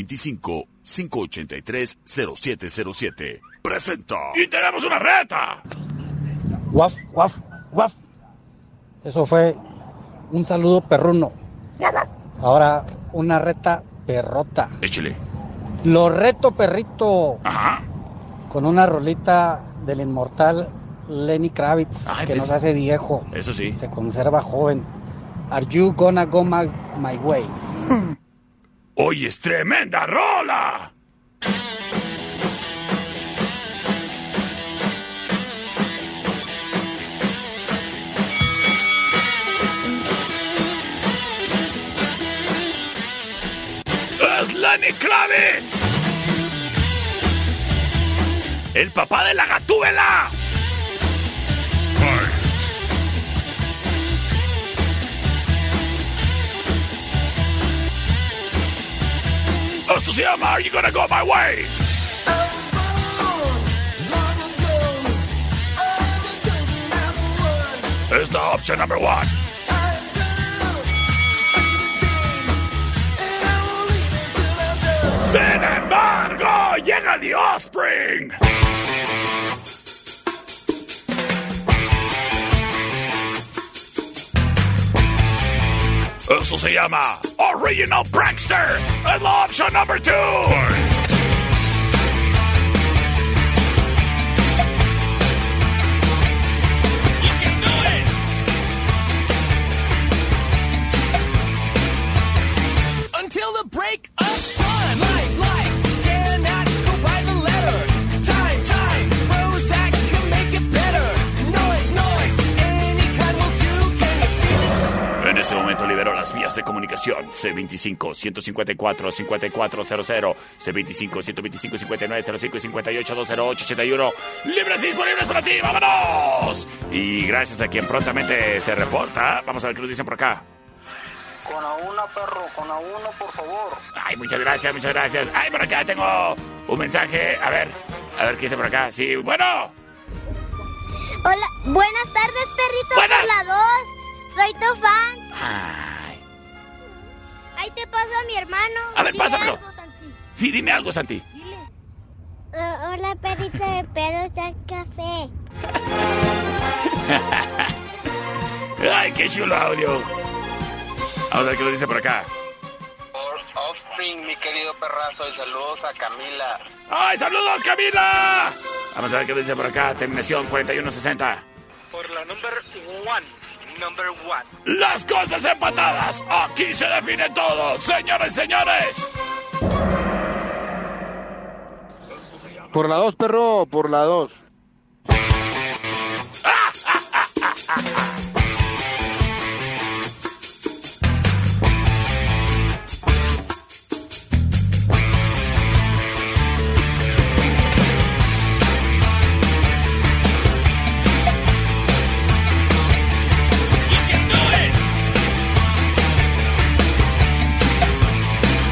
625-583-0707. Presenta.
¡Y tenemos una reta!
Guaf, guaf, guaf. Eso fue un saludo perruno. Ahora una reta perrota.
Échale.
Lo reto, perrito.
Ajá.
Con una rolita del inmortal Lenny Kravitz.
Ay,
que nos hace viejo.
Eso sí.
Se conserva joven. Are you gonna go my way?
¡Hoy es tremenda rola! ¡Es Lenny Kravitz! ¡El papá de la Gatúbela! Esto se llama Are You Gonna Go My Way? Es la opción number 1. Sin embargo, llega The Offspring. Eso se llama Original Prankster. Es la opción number 2.
Until the break of time, life cannot go by the letter. Time, Prozac can make it better. Noise, any kind will do. Can you feel it?
En este momento liberó las vías de comunicación. C25-154-5400, C25-125-5905 y 58-208-81. Libres y disponibles para ti. ¡Vámonos! Y gracias a quien prontamente se reporta. Vamos a ver qué nos dicen por acá.
Con a una, perro, con a uno, por favor.
Ay, muchas gracias. Ay, por acá tengo un mensaje. A ver qué dice por acá. Sí, bueno.
Hola, buenas tardes, perrito.
Buenas.
Por la 2. Soy tu fan.
Ay.
Ahí te paso a mi hermano.
A ver,
Dile
pásamelo.
algo, Santi.
Sí, dime algo, Santi.
Dile. Hola, perrito de perros al café.
Ay, qué chulo audio. Vamos a ver qué nos dice por acá.
Por Offspring, mi querido perrazo, y saludos a Camila.
¡Ay, saludos, Camila! Vamos a ver qué nos dice por acá. Terminación 4160.
Por la number 1.
Las cosas empatadas. Aquí se define todo, señores.
Por la 2, perro, por la 2.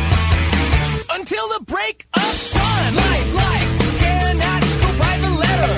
Until the break of time, life cannot go by the letter.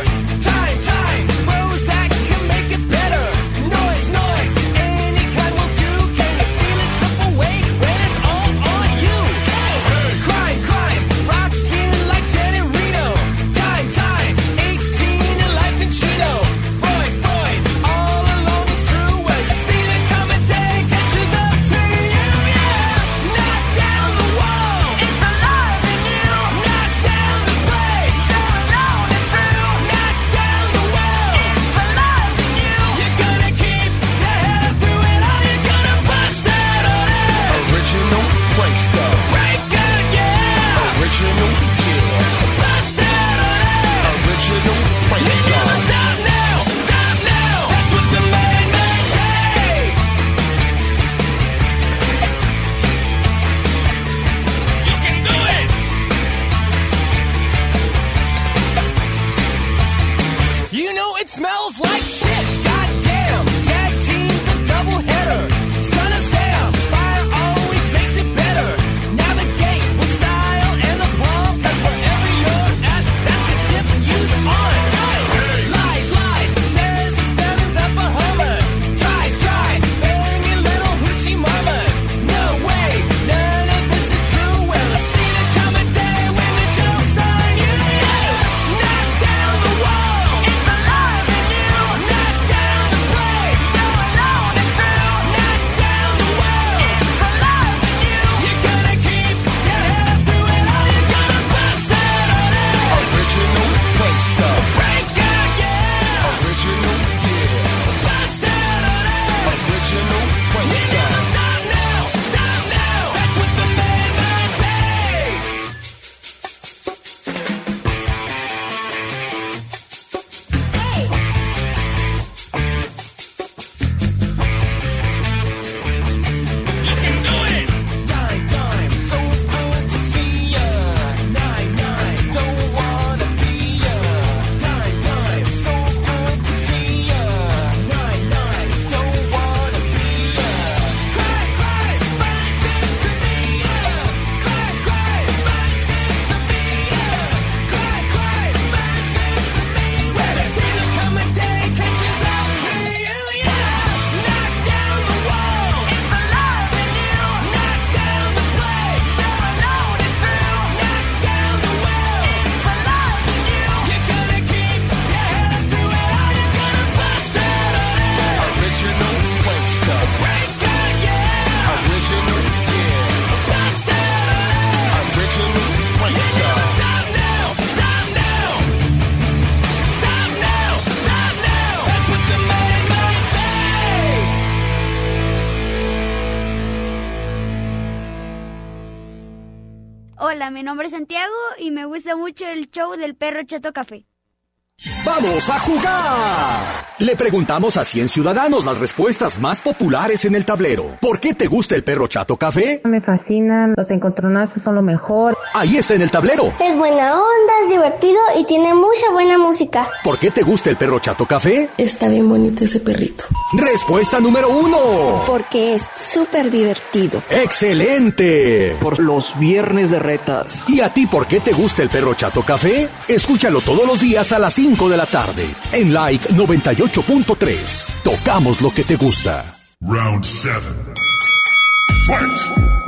Hola, mi nombre es Santiago y me gusta mucho el show del perro Chato Café.
¡Vamos a jugar! Le preguntamos a 100 ciudadanos las respuestas más populares en el tablero. ¿Por qué te gusta el perro Chato Café?
Me fascinan, los encontronazos son lo mejor.
Ahí está en el tablero.
Es buena onda, es divertido y tiene mucha buena música.
¿Por qué te gusta el perro Chato Café?
Está bien bonito ese perrito.
Respuesta número 1.
Porque es súper divertido.
¡Excelente!
Por los viernes de retas.
¿Y a ti por qué te gusta el perro Chato Café? Escúchalo todos los días a las 5 de la tarde. En Like 98.3. Tocamos lo que te gusta.
Round 7. Fight!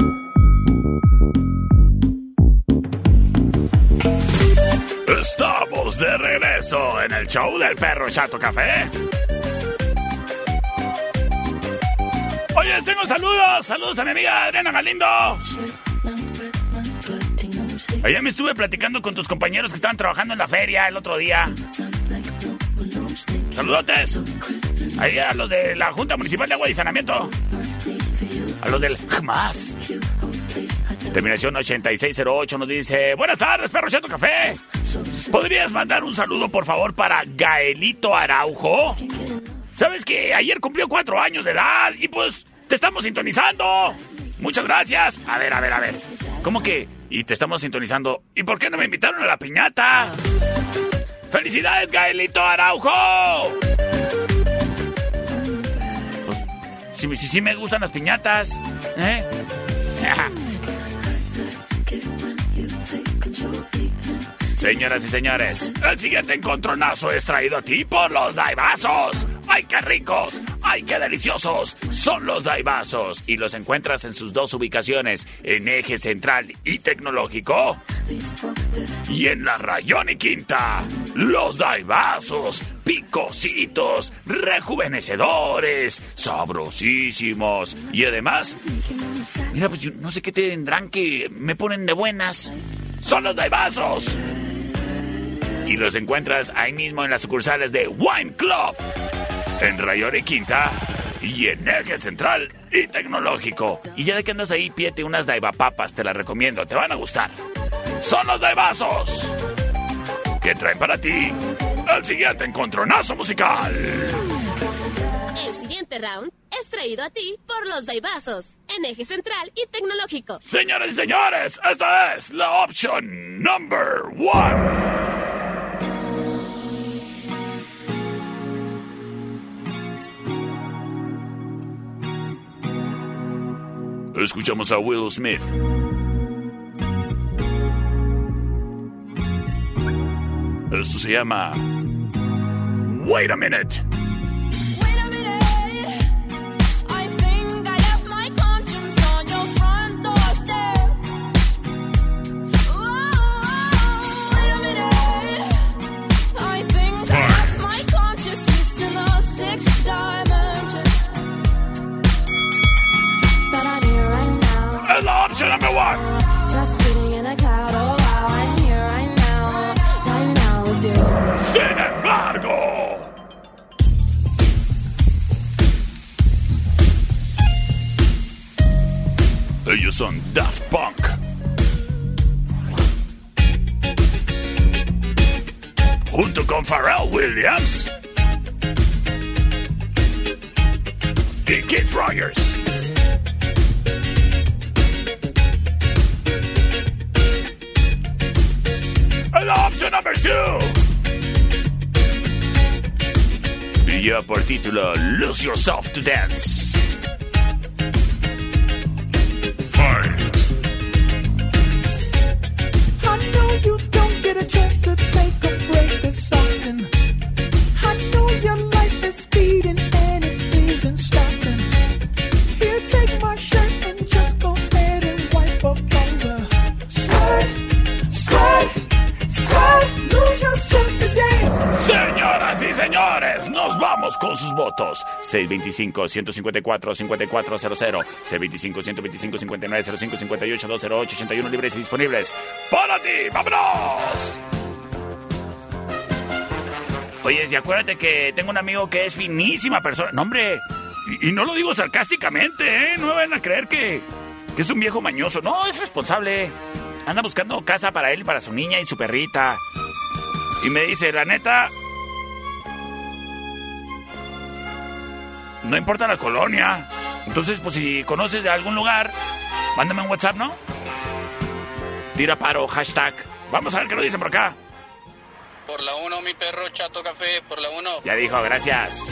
Estamos de regreso en el show del perro Chato Café. Oye, tengo saludos. Saludos a mi amiga Adriana Galindo. Ayer me estuve platicando con tus compañeros que estaban trabajando en la feria el otro día. Saludotes. Ahí a los de la Junta Municipal de Agua y Saneamiento. A los del JMAS. Terminación 8608 nos dice: buenas tardes, perro Chato Café. ¿Podrías mandar un saludo, por favor, para Gaelito Araujo? ¿Sabes que ayer cumplió 4 años de edad? Y pues, te estamos sintonizando. Muchas gracias. A ver. ¿Cómo que? Y te estamos sintonizando. ¿Y por qué no me invitaron a la piñata? ¡Felicidades, Gaelito Araujo! Pues, sí me gustan las piñatas. Señoras y señores, el siguiente encontronazo es traído a ti por los Daibazos. ¡Ay, qué ricos! ¡Ay, qué deliciosos! Son los Daibazos y los encuentras en sus 2 ubicaciones, en Eje Central y Tecnológico y en la Rayón y Quinta. Los Daibazos, picositos, rejuvenecedores, sabrosísimos y además, mira, pues yo no sé qué tendrán que me ponen de buenas. ¡Son los Daibazos! Y los encuentras ahí mismo en las sucursales de Wine Club, en Rayón y Quinta y en Eje Central y Tecnológico. Y ya de que andas ahí, pídete unas Daivapapas, te las recomiendo, te van a gustar. Son los Daibazos, que traen para ti el siguiente encontronazo musical.
El siguiente round es traído a ti por los Daibazos, en Eje Central y Tecnológico.
Señoras y señores, esta es la opción number 1. Escuchamos a Will Smith. Esto se llama Wait a Minute. Es la opción number 1. Sin embargo, ellos son Daft Punk. Junto con Pharrell Williams y Keith Rogers. La opción number 2. Y ya por título Lose Yourself to Dance.
Fight. I know you don't get a chance to take a break this often. I know your life is speeding and it isn't stopping. Here, take my shirt and just go ahead and wipe up on the slide.
Señoras y señores, nos vamos con sus votos. 625-154-5400, 625-125-5905-58-208-81 libres y disponibles para ti. ¡Vámonos! Oye, y acuérdate que tengo un amigo que es finísima persona. No, hombre, y no lo digo sarcásticamente, ¿eh? No van a creer que es un viejo mañoso. No, es responsable. anda buscando casa para él y para su niña y su perrita. Y me dice, la neta, no importa la colonia. Entonces, pues si conoces de algún lugar, mándame un WhatsApp, ¿no? Tira paro, hashtag. Vamos a ver qué lo dicen por acá.
Por la 1, mi perro Chato Café, por la 1.
Ya dijo, gracias.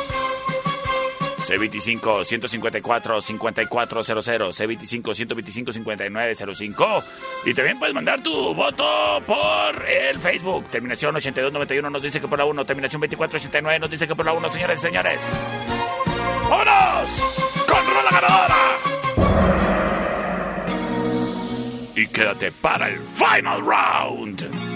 C25-154-5400, C25-125-5905. Y también puedes mandar tu voto por el Facebook. Terminación 8291 nos dice que por la 1. Terminación 2489 nos dice que por la 1, señores y señores. ¡Vámonos! ¡Con rola ganadora! Y quédate para el final round.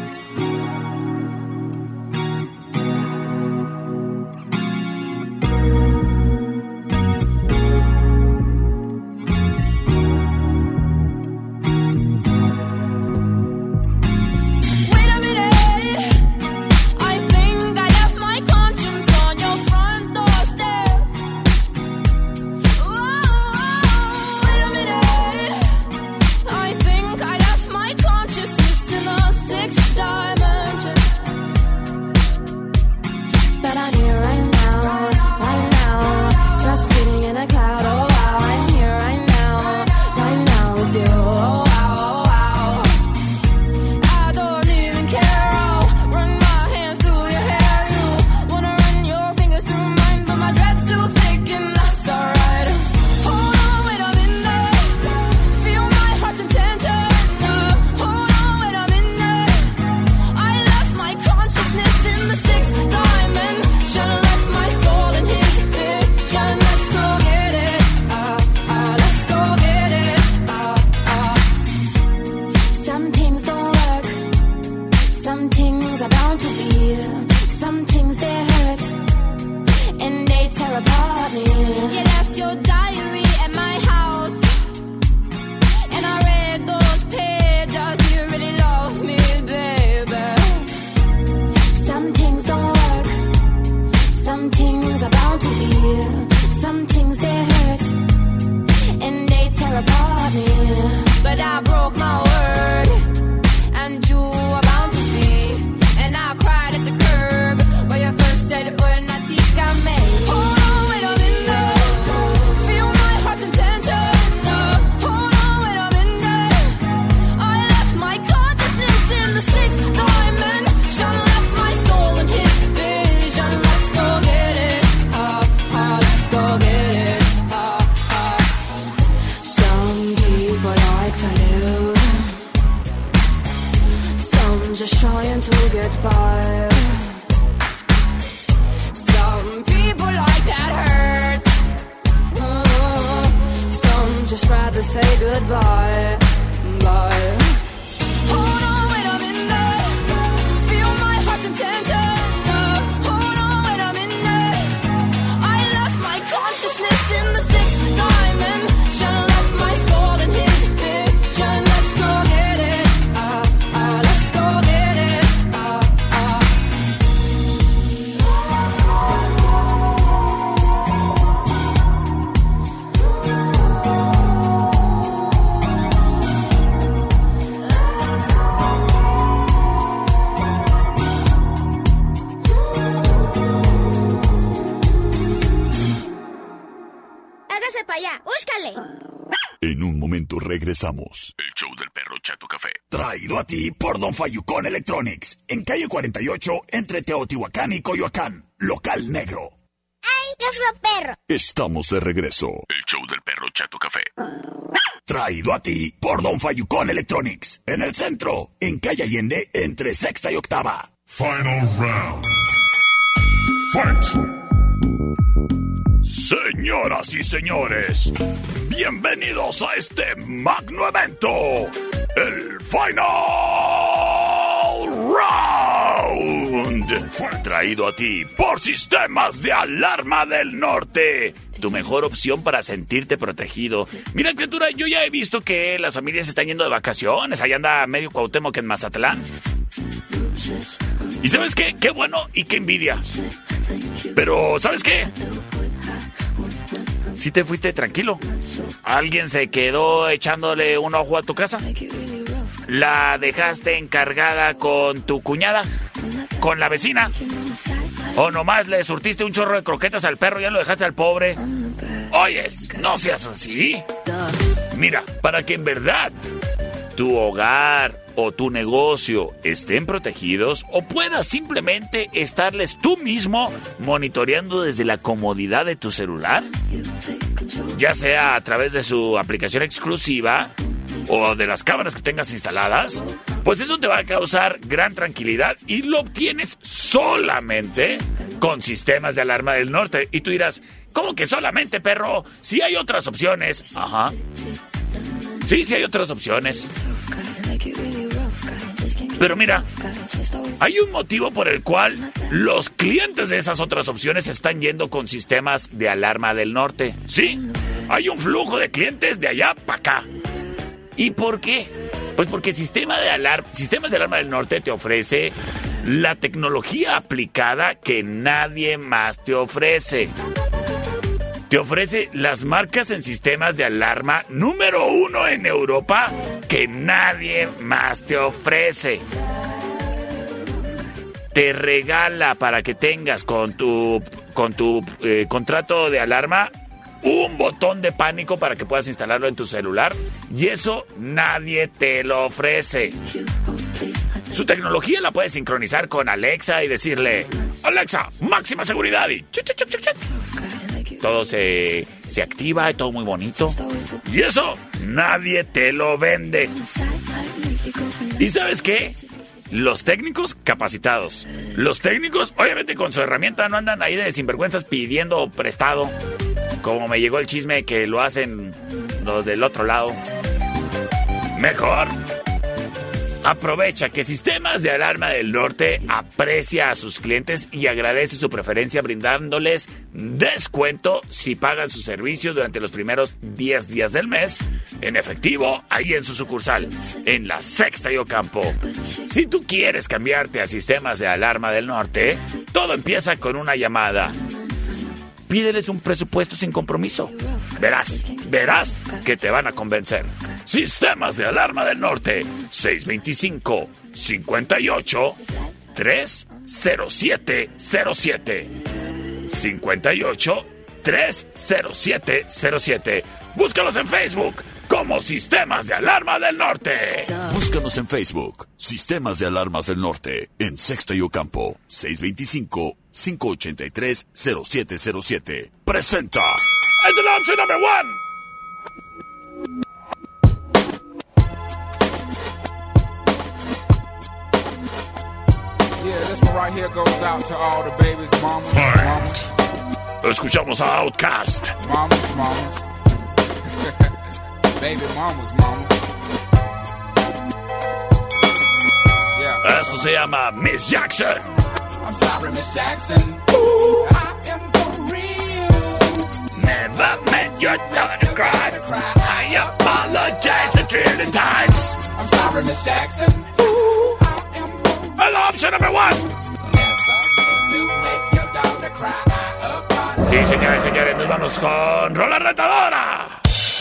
Regresamos. El show del perro Chato Café. Traído a ti por Don Fayucón Electronics. En calle 48, entre Teotihuacán y Coyoacán. Local negro.
¡Ay, qué perro!
Estamos de regreso. El show del perro Chato Café. Traído a ti por Don Fayucón Electronics. En el centro, en calle Allende, entre Sexta y Octava.
Final round. Fight!
Señoras y señores, bienvenidos a este magno evento, el Final Round, traído a ti por Sistemas de Alarma del Norte, tu mejor opción para sentirte protegido. Mira, criatura, yo ya he visto que las familias están yendo de vacaciones, allá anda medio Cuauhtémoc en Mazatlán. ¿Y sabes qué? Qué bueno y qué envidia. Pero, ¿sabes qué? Sí te fuiste tranquilo. ¿Alguien se quedó echándole un ojo a tu casa? ¿La dejaste encargada con tu cuñada? ¿Con la vecina? ¿O nomás le surtiste un chorro de croquetas al perro y ya lo dejaste al pobre? Oyes, no seas así. Mira, para que en verdad tu hogar o tu negocio estén protegidos o puedas simplemente estarles tú mismo monitoreando desde la comodidad de tu celular, ya sea a través de su aplicación exclusiva o de las cámaras que tengas instaladas, pues eso te va a causar gran tranquilidad y lo obtienes solamente con sistemas de alarma del norte. Y tú dirás, ¿cómo que solamente, perro? Si hay otras opciones. Ajá. Sí hay otras opciones. Pero mira, hay un motivo por el cual los clientes de esas otras opciones están yendo con sistemas de alarma del norte. Sí, hay un flujo de clientes de allá para acá. ¿Y por qué? Pues porque sistemas de alarma del norte te ofrece la tecnología aplicada que nadie más te ofrece. Te ofrece las marcas en sistemas de alarma número 1 en Europa que nadie más te ofrece. Te regala para que tengas con tu contrato de alarma un botón de pánico para que puedas instalarlo en tu celular. Y eso nadie te lo ofrece. Su tecnología la puedes sincronizar con Alexa y decirle: Alexa, máxima seguridad, y todo se activa y todo muy bonito. Y eso nadie te lo vende. ¿Y sabes qué? Los técnicos capacitados. Los técnicos, obviamente, con su herramienta no andan ahí de sinvergüenzas pidiendo prestado. Como me llegó el chisme que lo hacen los del otro lado. Mejor aprovecha que Sistemas de Alarma del Norte aprecia a sus clientes y agradece su preferencia brindándoles descuento si pagan su servicio durante los primeros 10 días del mes en efectivo ahí en su sucursal, en la Sexta y Ocampo. Si tú quieres cambiarte a Sistemas de Alarma del Norte, todo empieza con una llamada. Pídeles un presupuesto sin compromiso. Verás que te van a convencer. Sistemas de Alarma del Norte, 625-58-30707. 58-30707. Búscalos en Facebook como Sistemas de Alarma del Norte.
Búscanos en Facebook, Sistemas de Alarmas del Norte, en Sexta y Ocampo, 625-583-0707. Presenta.
¡Es el option number 1!
Yeah, this one right here goes out to all the babies, mamas, mamas.
Escuchamos a Outkast.
Mamas. Baby mamas. Yeah.
Eso se llama Miss Jackson.
I'm sorry, Miss Jackson. Ooh, I am for real.
Never meant your daughter to cry. I apologize a trillion times.
I'm sorry, Miss Jackson. Ooh, I am for real.
El option number 1. Y señores, nos vamos con Rola Retadora.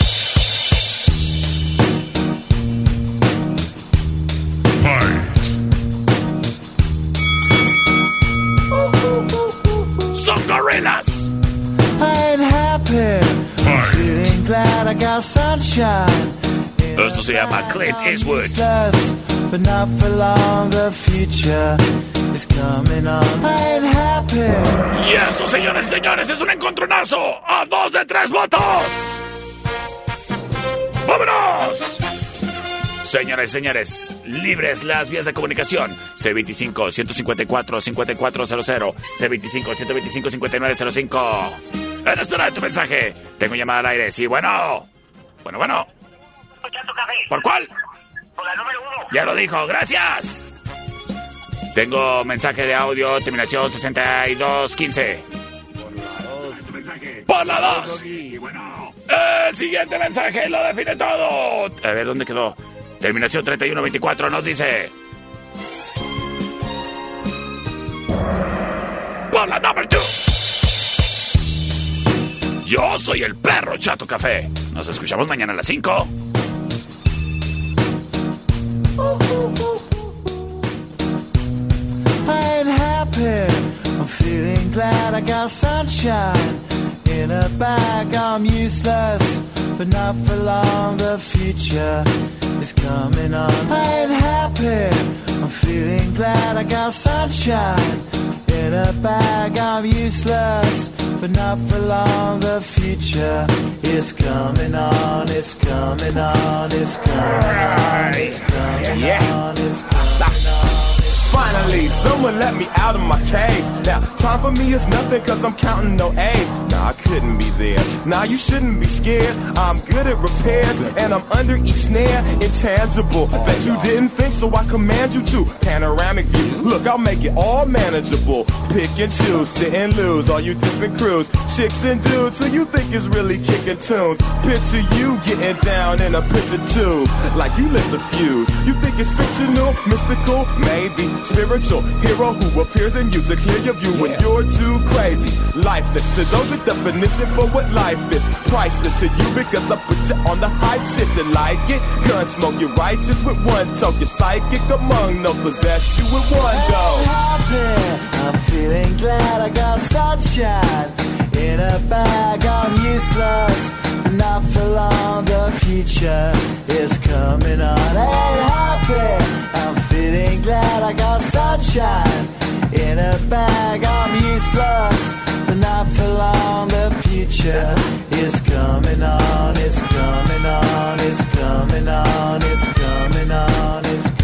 Son Gorillas.
I ain't happy. I'm feeling glad I got sunshine.
Esto se llama Clint Eastwood.
But not for long, the future is coming on. I ain't happy.
Y eso, señores y señores, es un encontronazo a 2 de 3 votos. ¡Vámonos! Señores y señores, libres las vías de comunicación. C25-154-5400, C25-125-5905. En espera de tu mensaje. Tengo llamada al aire. Sí, bueno. Bueno. ¿Por cuál?
Por la número 1.
Ya lo dijo, gracias. Tengo mensaje de audio, terminación 6215. Por la 2. El siguiente mensaje lo define todo. A ver, ¿dónde quedó? Terminación 3124 nos dice... Por la number 2. Yo soy el perro Chato Café. Nos escuchamos mañana a las 5.
I ain't happy, I'm feeling glad I got sunshine in a bag. I'm useless, but not for long, the future is coming on. I ain't happy, I'm feeling glad I got sunshine in a bag. I'm useless, but not for long, the future is coming on. It's coming on, it's coming on, it's coming on, it's coming on.
Finally, someone let me out of my cage. Now, time for me is nothing cause I'm counting no A's. Nah, I couldn't be there. Nah, you shouldn't be scared. I'm good at repairs and I'm under each snare. Intangible, bet you didn't think, so I command you to. Panoramic view, look, I'll make it all manageable. Pick and choose, sit and lose, all you different crews. Chicks and dudes who you think is really kicking tunes. Picture you getting down in a picture tube, like you lit the fuse. You think it's fictional, mystical, maybe spiritual hero who appears in you to clear your view when you're too crazy. Lifeless to those, the definition for what life is. Priceless to you because I put you on the hype shit. You like it? Gun smoke, you're righteous with one toke. You're psychic among no possess you with one go.
I'm feeling glad I got sunshine in a bag. I'm useless, not for long, the future is coming on. Ain't happy, I'm feeling glad I got sunshine in a bag. I'm useless, but not for long, the future is coming on. It's coming on, it's coming on, it's coming on, it's coming on.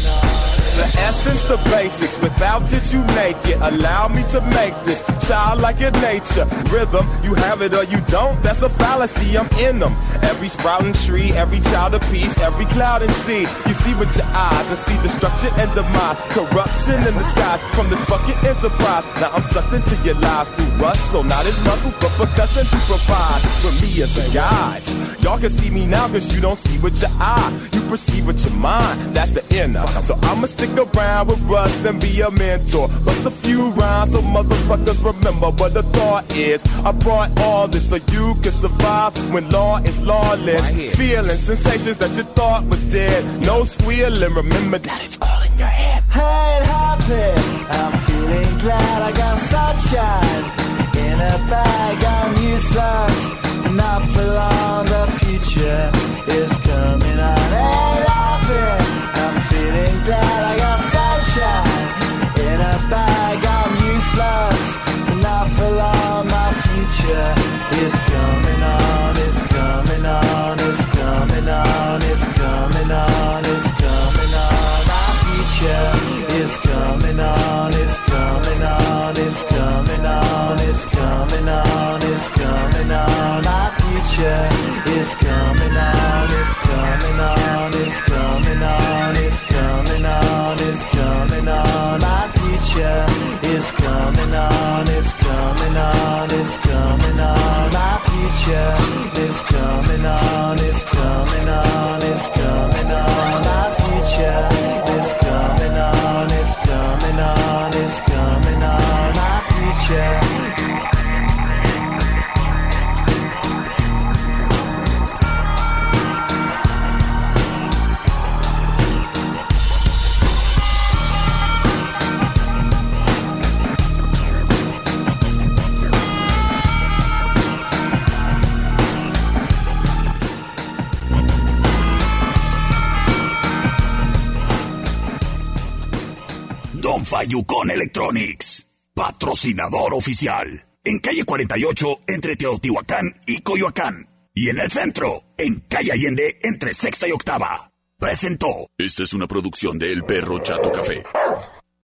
The essence, the basics, without it you make it. Allow me to make this childlike in nature. Rhythm, you have it or you don't, that's a fallacy, I'm in them. Every sprouting tree, every child of peace, every cloud and sea. You see with your eyes and see destruction and demise. Corruption in the skies from this fucking enterprise. Now I'm sucked into your lives through rust, so not as muscles but percussion to provide for me as a guide. Y'all can see me now cause you don't see with your eye. You perceive with your mind, that's the inner. So I'ma stick around with Russ and be a mentor. Bust a few rhymes so motherfuckers remember what the thought is. I brought all this so you can survive when law is lawless. Feeling sensations that you thought was dead. No squealing, remember that it's all in your head.
I ain't happy, I'm feeling glad I got sunshine in a bag. I'm useless, not for long, the future is coming on. Ain't happy, I'm feeling glad I got sunshine in a bag. I'm useless, not for long, my future is coming on. It's coming on, it's coming on, it's coming on, it's coming on. My future is coming on, it's coming on, it's coming on, it's coming on, it's coming on. My future is coming on, it's coming on, it's coming on, it's coming on, it's coming on. My future is coming on, it's coming on, it's coming on. My future is coming on, it's coming on, it's coming on. My future is coming on, it's coming on, it's coming on. My future.
Don Fayucón Electronics, patrocinador oficial. En calle 48, entre Teotihuacán y Coyoacán. Y en el centro, en calle Allende, entre Sexta y Octava. Presentó. Esta es una producción de El Perro Chato Café.